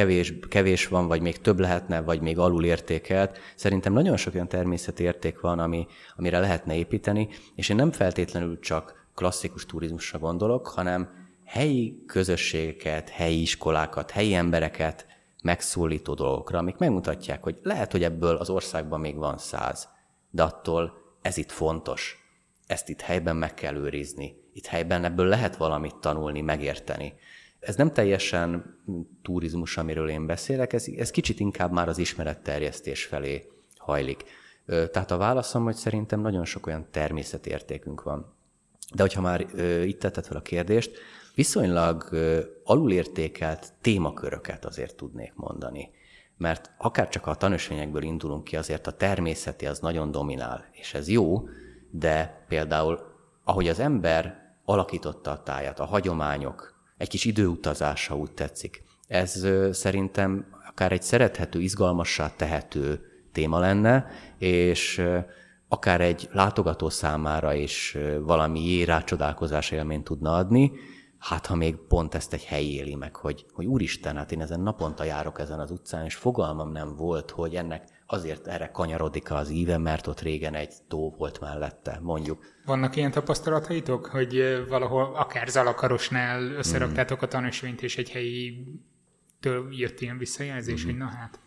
kevés van, vagy még több lehetne, vagy még alul értékelt. Szerintem nagyon sok olyan természeti érték van, amire lehetne építeni, és én nem feltétlenül csak klasszikus turizmusra gondolok, hanem helyi közösségeket, helyi iskolákat, helyi embereket megszólító dolgokra, amik megmutatják, hogy lehet, hogy ebből az országban még van 100, de attól ez itt fontos. Ezt itt helyben meg kell őrizni. Itt helyben ebből lehet valamit tanulni, megérteni. Ez nem teljesen turizmus, amiről én beszélek, ez kicsit inkább már az ismeretterjesztés felé hajlik. Tehát a válaszom, hogy szerintem nagyon sok olyan természetértékünk van. De hogyha már itt tetted fel a kérdést, viszonylag alulértékelt témaköröket azért tudnék mondani. Mert akár csak a tanúsványokból indulunk ki, azért a természeti az nagyon dominál, és ez jó, de például ahogy az ember alakította a tájat, a hagyományok, egy kis időutazása úgy tetszik. Ez szerintem akár egy szerethető, izgalmassá tehető téma lenne, és akár egy látogató számára is valami rácsodálkozás élményt tudna adni, hát ha még pont ezt egy hely éli meg, hogy úristen, hát én ezen naponta járok ezen az utcán, és fogalmam nem volt, hogy ennek azért erre kanyarodik az íve, mert ott régen egy tó volt mellette, mondjuk. Vannak ilyen tapasztalataitok, hogy valahol akár Zalakarosnál összeraktátok a tanúsványt, és egy helyitől jött ilyen visszajelzés, hogy na hát?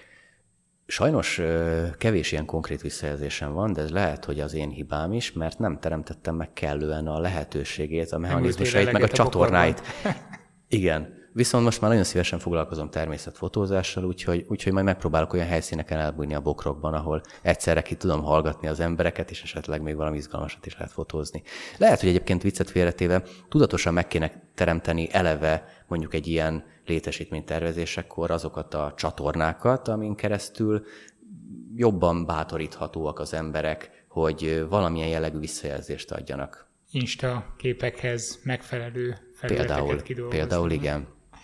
Sajnos kevés ilyen konkrét visszajelzésem van, de ez lehet, hogy az én hibám is, mert nem teremtettem meg kellően a lehetőségét, a mechanizmusait, meg a csatornáit. Igen. Viszont most már nagyon szívesen foglalkozom természetfotózással, úgyhogy majd megpróbálok olyan helyszíneken elbújni a bokrokban, ahol egyszerre ki tudom hallgatni az embereket, és esetleg még valami izgalmasat is lehet fotózni. Lehet, hogy egyébként viccet félretéve tudatosan meg kéne teremteni eleve mondjuk egy ilyen létesítménytervezésekor azokat a csatornákat, amin keresztül jobban bátoríthatóak az emberek, hogy valamilyen jellegű visszajelzést adjanak. Insta képekhez megfelelő felületeket kidolgozni. Például igen.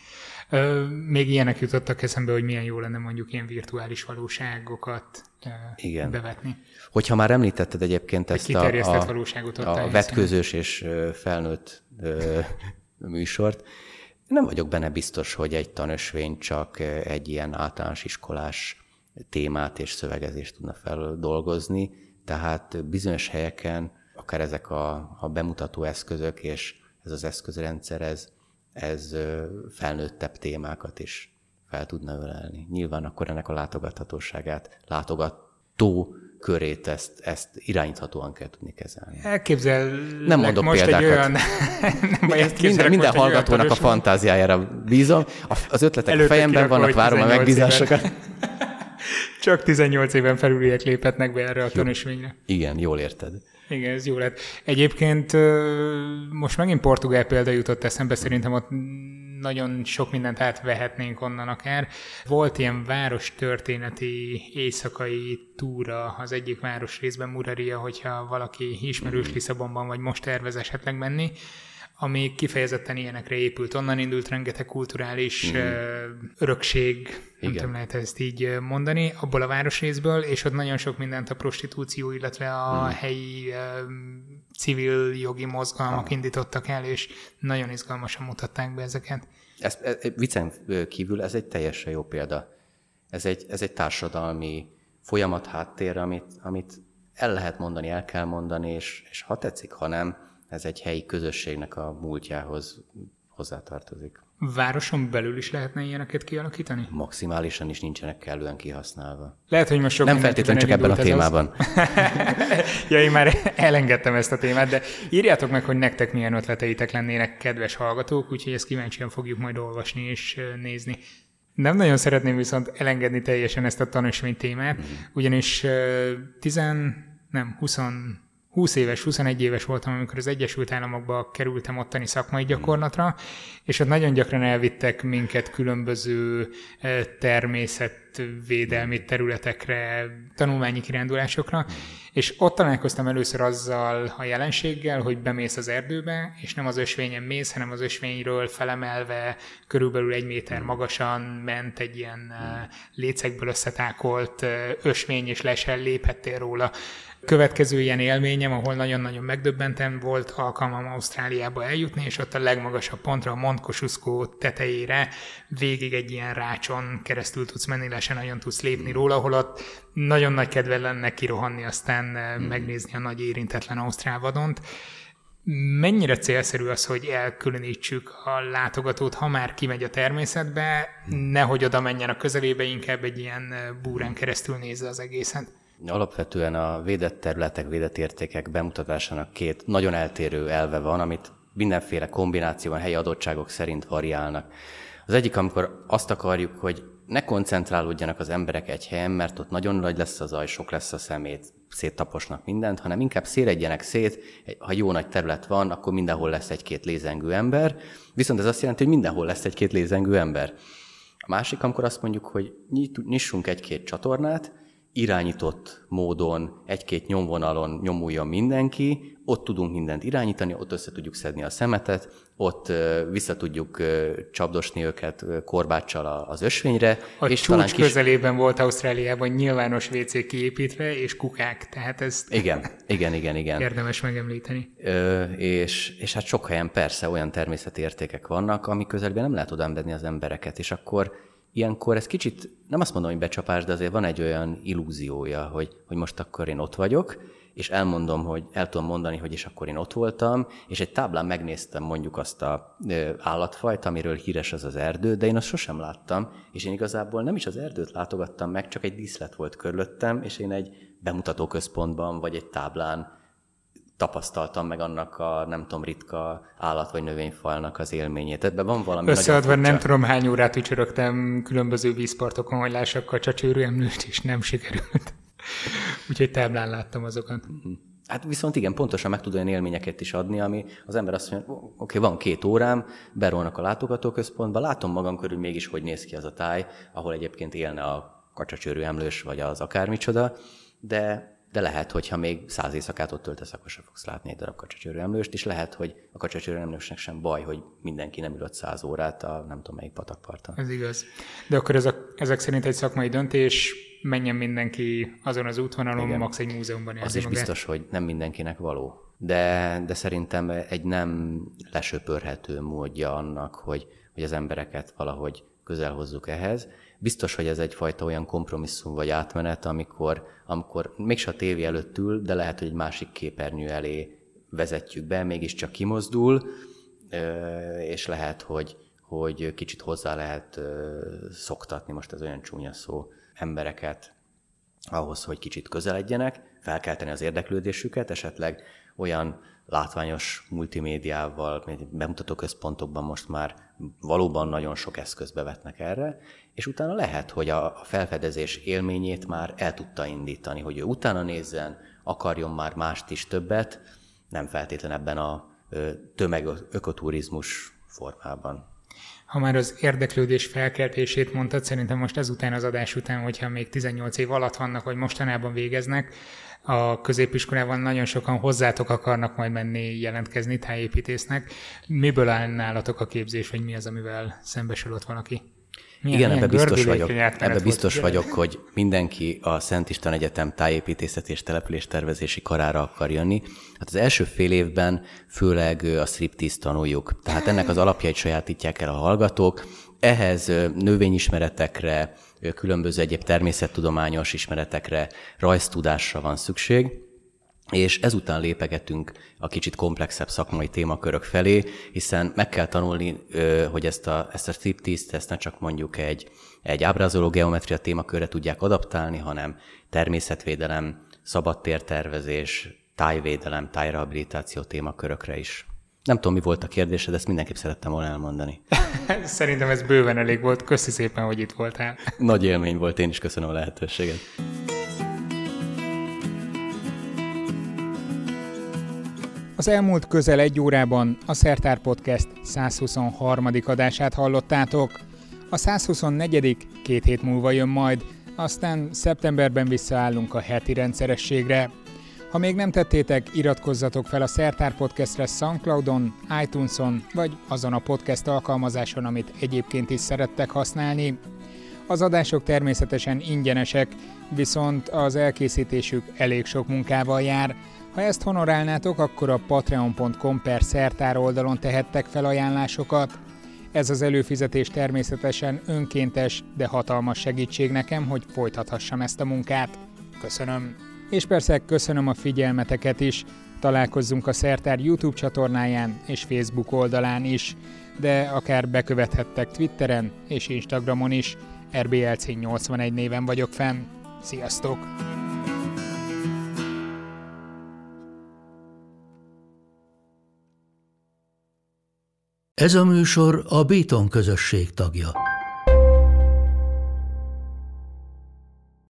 Még ilyenek jutottak eszembe, hogy milyen jó lenne mondjuk ilyen virtuális valóságokat bevetni. Hogyha már említetted egyébként ezt a vetkőzős és felnőtt műsort, nem vagyok benne biztos, hogy egy tanúsvény csak egy ilyen általános iskolás témát és szövegezést tudna feldolgozni, tehát bizonyos helyeken akár ezek a bemutató eszközök és ez az eszközrendszer, ez felnőttebb témákat is fel tudna ölelni. Nyilván akkor ennek a látogathatóságát, látogató körét ezt irányíthatóan kell tudni kezelni. Nem mondok most példákat. Minden hallgatónak a fantáziájára bízom. Az ötletek a fejemben vannak, várom a megbízásokat. Csak 18 éven felüliek léphetnek be erre a tanúsványra. Igen, jól érted. Igen, ez jó lett. Egyébként most megint portugál példa jutott eszembe, szerintem ott nagyon sok mindent átvehetnénk onnan akár. Volt ilyen várostörténeti éjszakai túra az egyik városrészben, Muraria, hogyha valaki ismerős Lisszabonban, vagy most tervez esetleg menni, ami kifejezetten ilyenekre épült. Onnan indult rengeteg kulturális örökség, nem tudom, lehet ezt így mondani, abból a városrészből, és ott nagyon sok mindent a prostitúció, illetve a helyi civil jogi mozgalmak indítottak el, és nagyon izgalmasan mutatták be ezeket. Viccen kívül ez egy teljesen jó példa. Ez egy társadalmi folyamat háttér, amit el lehet mondani, el kell mondani, és ha tetszik, ha nem, ez egy helyi közösségnek a múltjához hozzátartozik. Városon belül is lehetne ilyeneket kialakítani? Maximálisan is nincsenek kellően kihasználva. Lehet, hogy most sok nem feltétlenül csak ebben a témában. Ja, én már elengedtem ezt a témát, de írjátok meg, hogy nektek milyen ötleteitek lennének, kedves hallgatók, úgyhogy ezt kíváncsian fogjuk majd olvasni és nézni. Nem nagyon szeretném viszont elengedni teljesen ezt a tanúsvény témát, ugyanis 20 éves, 21 éves voltam, amikor az Egyesült Államokba kerültem ottani szakmai gyakorlatra, és ott nagyon gyakran elvittek minket különböző természetvédelmi területekre, tanulmányi kirándulásokra, és ott találkoztam először azzal a jelenséggel, hogy bemész az erdőbe, és nem az ösvényen mész, hanem az ösvényről felemelve körülbelül 1 méter magasan ment egy ilyen lécekből összetákolt ösvény, és le sem léphettél róla. Következő ilyen élményem, ahol nagyon-nagyon megdöbbentem, volt alkalmam Ausztráliába eljutni, és ott a legmagasabb pontra, a Mont Kosciuszko tetejére végig egy ilyen rácson keresztül tudsz menni, le se nagyon tudsz lépni róla, ahol ott nagyon nagy kedve lenne kirohanni, aztán megnézni a nagy érintetlen ausztrál vadont. Mennyire célszerű az, hogy elkülönítsük a látogatót, ha már kimegy a természetbe, nehogy oda menjen a közelébe, inkább egy ilyen búrán keresztül nézze az egészet? Alapvetően a védett területek, védett értékek bemutatásának 2 nagyon eltérő elve van, amit mindenféle kombinációban, helyi adottságok szerint variálnak. Az egyik, amikor azt akarjuk, hogy ne koncentrálódjanak az emberek egy helyen, mert ott nagyon nagy lesz a zaj, sok lesz a szemét, széttaposnak mindent, hanem inkább széledjenek szét, ha jó nagy terület van, akkor mindenhol lesz 1-2 lézengő ember, viszont ez azt jelenti, hogy mindenhol lesz 1-2 lézengő ember. A másik, amikor azt mondjuk, hogy nyissunk 1-2 csatornát, irányított módon, 1-2 nyomvonalon nyomuljon mindenki, ott tudunk mindent irányítani, ott össze tudjuk szedni a szemetet, ott vissza tudjuk csapdosni őket korbáccsal az ösvényre. A és csúcs közelében volt Ausztráliában nyilvános WC kiépítve, és kukák, tehát ezt Igen. érdemes megemlíteni. És hát sok helyen persze olyan természeti értékek vannak, ami közelben nem lehet odaengedni az embereket, és akkor ilyenkor ez kicsit, nem azt mondom, hogy becsapás, de azért van egy olyan illúziója, hogy most akkor én ott vagyok, és el tudom mondani, hogy és akkor én ott voltam, és egy táblán megnéztem mondjuk azt az állatfajt, amiről híres az erdő, de én azt sosem láttam, és én igazából nem is az erdőt látogattam meg, csak egy díszlet volt körülöttem, és én egy bemutatóközpontban vagy egy táblán tapasztaltam meg annak a, nem tudom, ritka állat- vagy növényfajnak az élményét. Ebben van valami összeadva nem tudom hány órát ücsörögtem különböző vízpartokon, hogy lássak kacsacsőrű emlőst, és nem sikerült. Úgyhogy táblán láttam azokat. Hát viszont igen, pontosan meg tud olyan élményeket is adni, ami az ember azt mondja, oké, van 2 órám, berolnak a látogatóközpontba, látom magam körül mégis, hogy néz ki az a táj, ahol egyébként élne a kacsacsőrű emlős, vagy az akármicsoda, de lehet, hogyha még 100 éjszakát ott töltesz, akkor sem fogsz látni egy darab kacsacsőrű emlőst, és lehet, hogy a kacsacsőrű emlősnek sem baj, hogy mindenki nem ülött 100 órát a nem tudom melyik patakparton. Ez igaz. De akkor ezek szerint egy szakmai döntés, menjen mindenki azon az útvonalon, max egy múzeumban érzi az is magát. Biztos, hogy nem mindenkinek való. De szerintem egy nem lesöpörhető módja annak, hogy az embereket valahogy közel hozzuk ehhez. Biztos, hogy ez egyfajta olyan kompromisszum vagy átmenet, amikor mégse a tévé előtt ül, de lehet, hogy egy másik képernyő elé vezetjük be, mégiscsak kimozdul, és lehet, hogy kicsit hozzá lehet szoktatni, most ez olyan csúnya szó, embereket ahhoz, hogy kicsit közeledjenek, felkelteni az érdeklődésüket, esetleg olyan látványos multimédiával, bemutatóközpontokban most már valóban nagyon sok eszközt bevetnek erre, és utána lehet, hogy a felfedezés élményét már el tudta indítani, hogy ő utána nézzen, akarjon már mást is többet, nem feltétlen ebben a tömegökoturizmus formában. Ha már az érdeklődés felkeltését mondtad, szerintem most ezután az adás után, hogyha még 18 év alatt vannak, vagy mostanában végeznek, a középiskolában nagyon sokan hozzátok akarnak majd menni jelentkezni tájépítésznek. Miből áll nálatok a képzés, vagy mi az, amivel szembesül ott valaki? Igen, ebben biztos vagyok, hogy mindenki a Szent István Egyetem tájépítészet és településtervezési karára akar jönni. Hát az első fél évben főleg a striptease tanuljuk, tehát ennek az alapjait sajátítják el a hallgatók. Ehhez növényismeretekre, különböző egyéb természettudományos ismeretekre, rajztudásra van szükség, és ezután lépegetünk a kicsit komplexebb szakmai témakörök felé, hiszen meg kell tanulni, hogy ezt a striptease-t, ezt ne csak mondjuk egy ábrázoló geometria témakörre tudják adaptálni, hanem természetvédelem, szabadtértervezés, tájvédelem, tájrehabilitáció témakörökre is. Nem tudom, mi volt a kérdésed, ezt mindenképp szerettem volna elmondani. Szerintem ez bőven elég volt. Köszi szépen, hogy itt voltál. Nagy élmény volt, én is köszönöm a lehetőséget. Az elmúlt közel egy órában a Szertár Podcast 123. adását hallottátok. A 124. 2 hét múlva jön majd, aztán szeptemberben visszaállunk a heti rendszerességre. Ha még nem tettétek, iratkozzatok fel a Szertár Podcastre SoundCloudon, iTunes-on, vagy azon a podcast alkalmazáson, amit egyébként is szerettek használni. Az adások természetesen ingyenesek, viszont az elkészítésük elég sok munkával jár. Ha ezt honorálnátok, akkor a patreon.com/szertár oldalon tehettek fel ajánlásokat. Ez az előfizetés természetesen önkéntes, de hatalmas segítség nekem, hogy folytathassam ezt a munkát. Köszönöm. És persze köszönöm a figyelmeteket is. Találkozzunk a Szertár YouTube csatornáján és Facebook oldalán is, de akár bekövethettek Twitteren és Instagramon is. RBLC81 néven vagyok fenn. Sziasztok! Ez a műsor a Béton közösség tagja.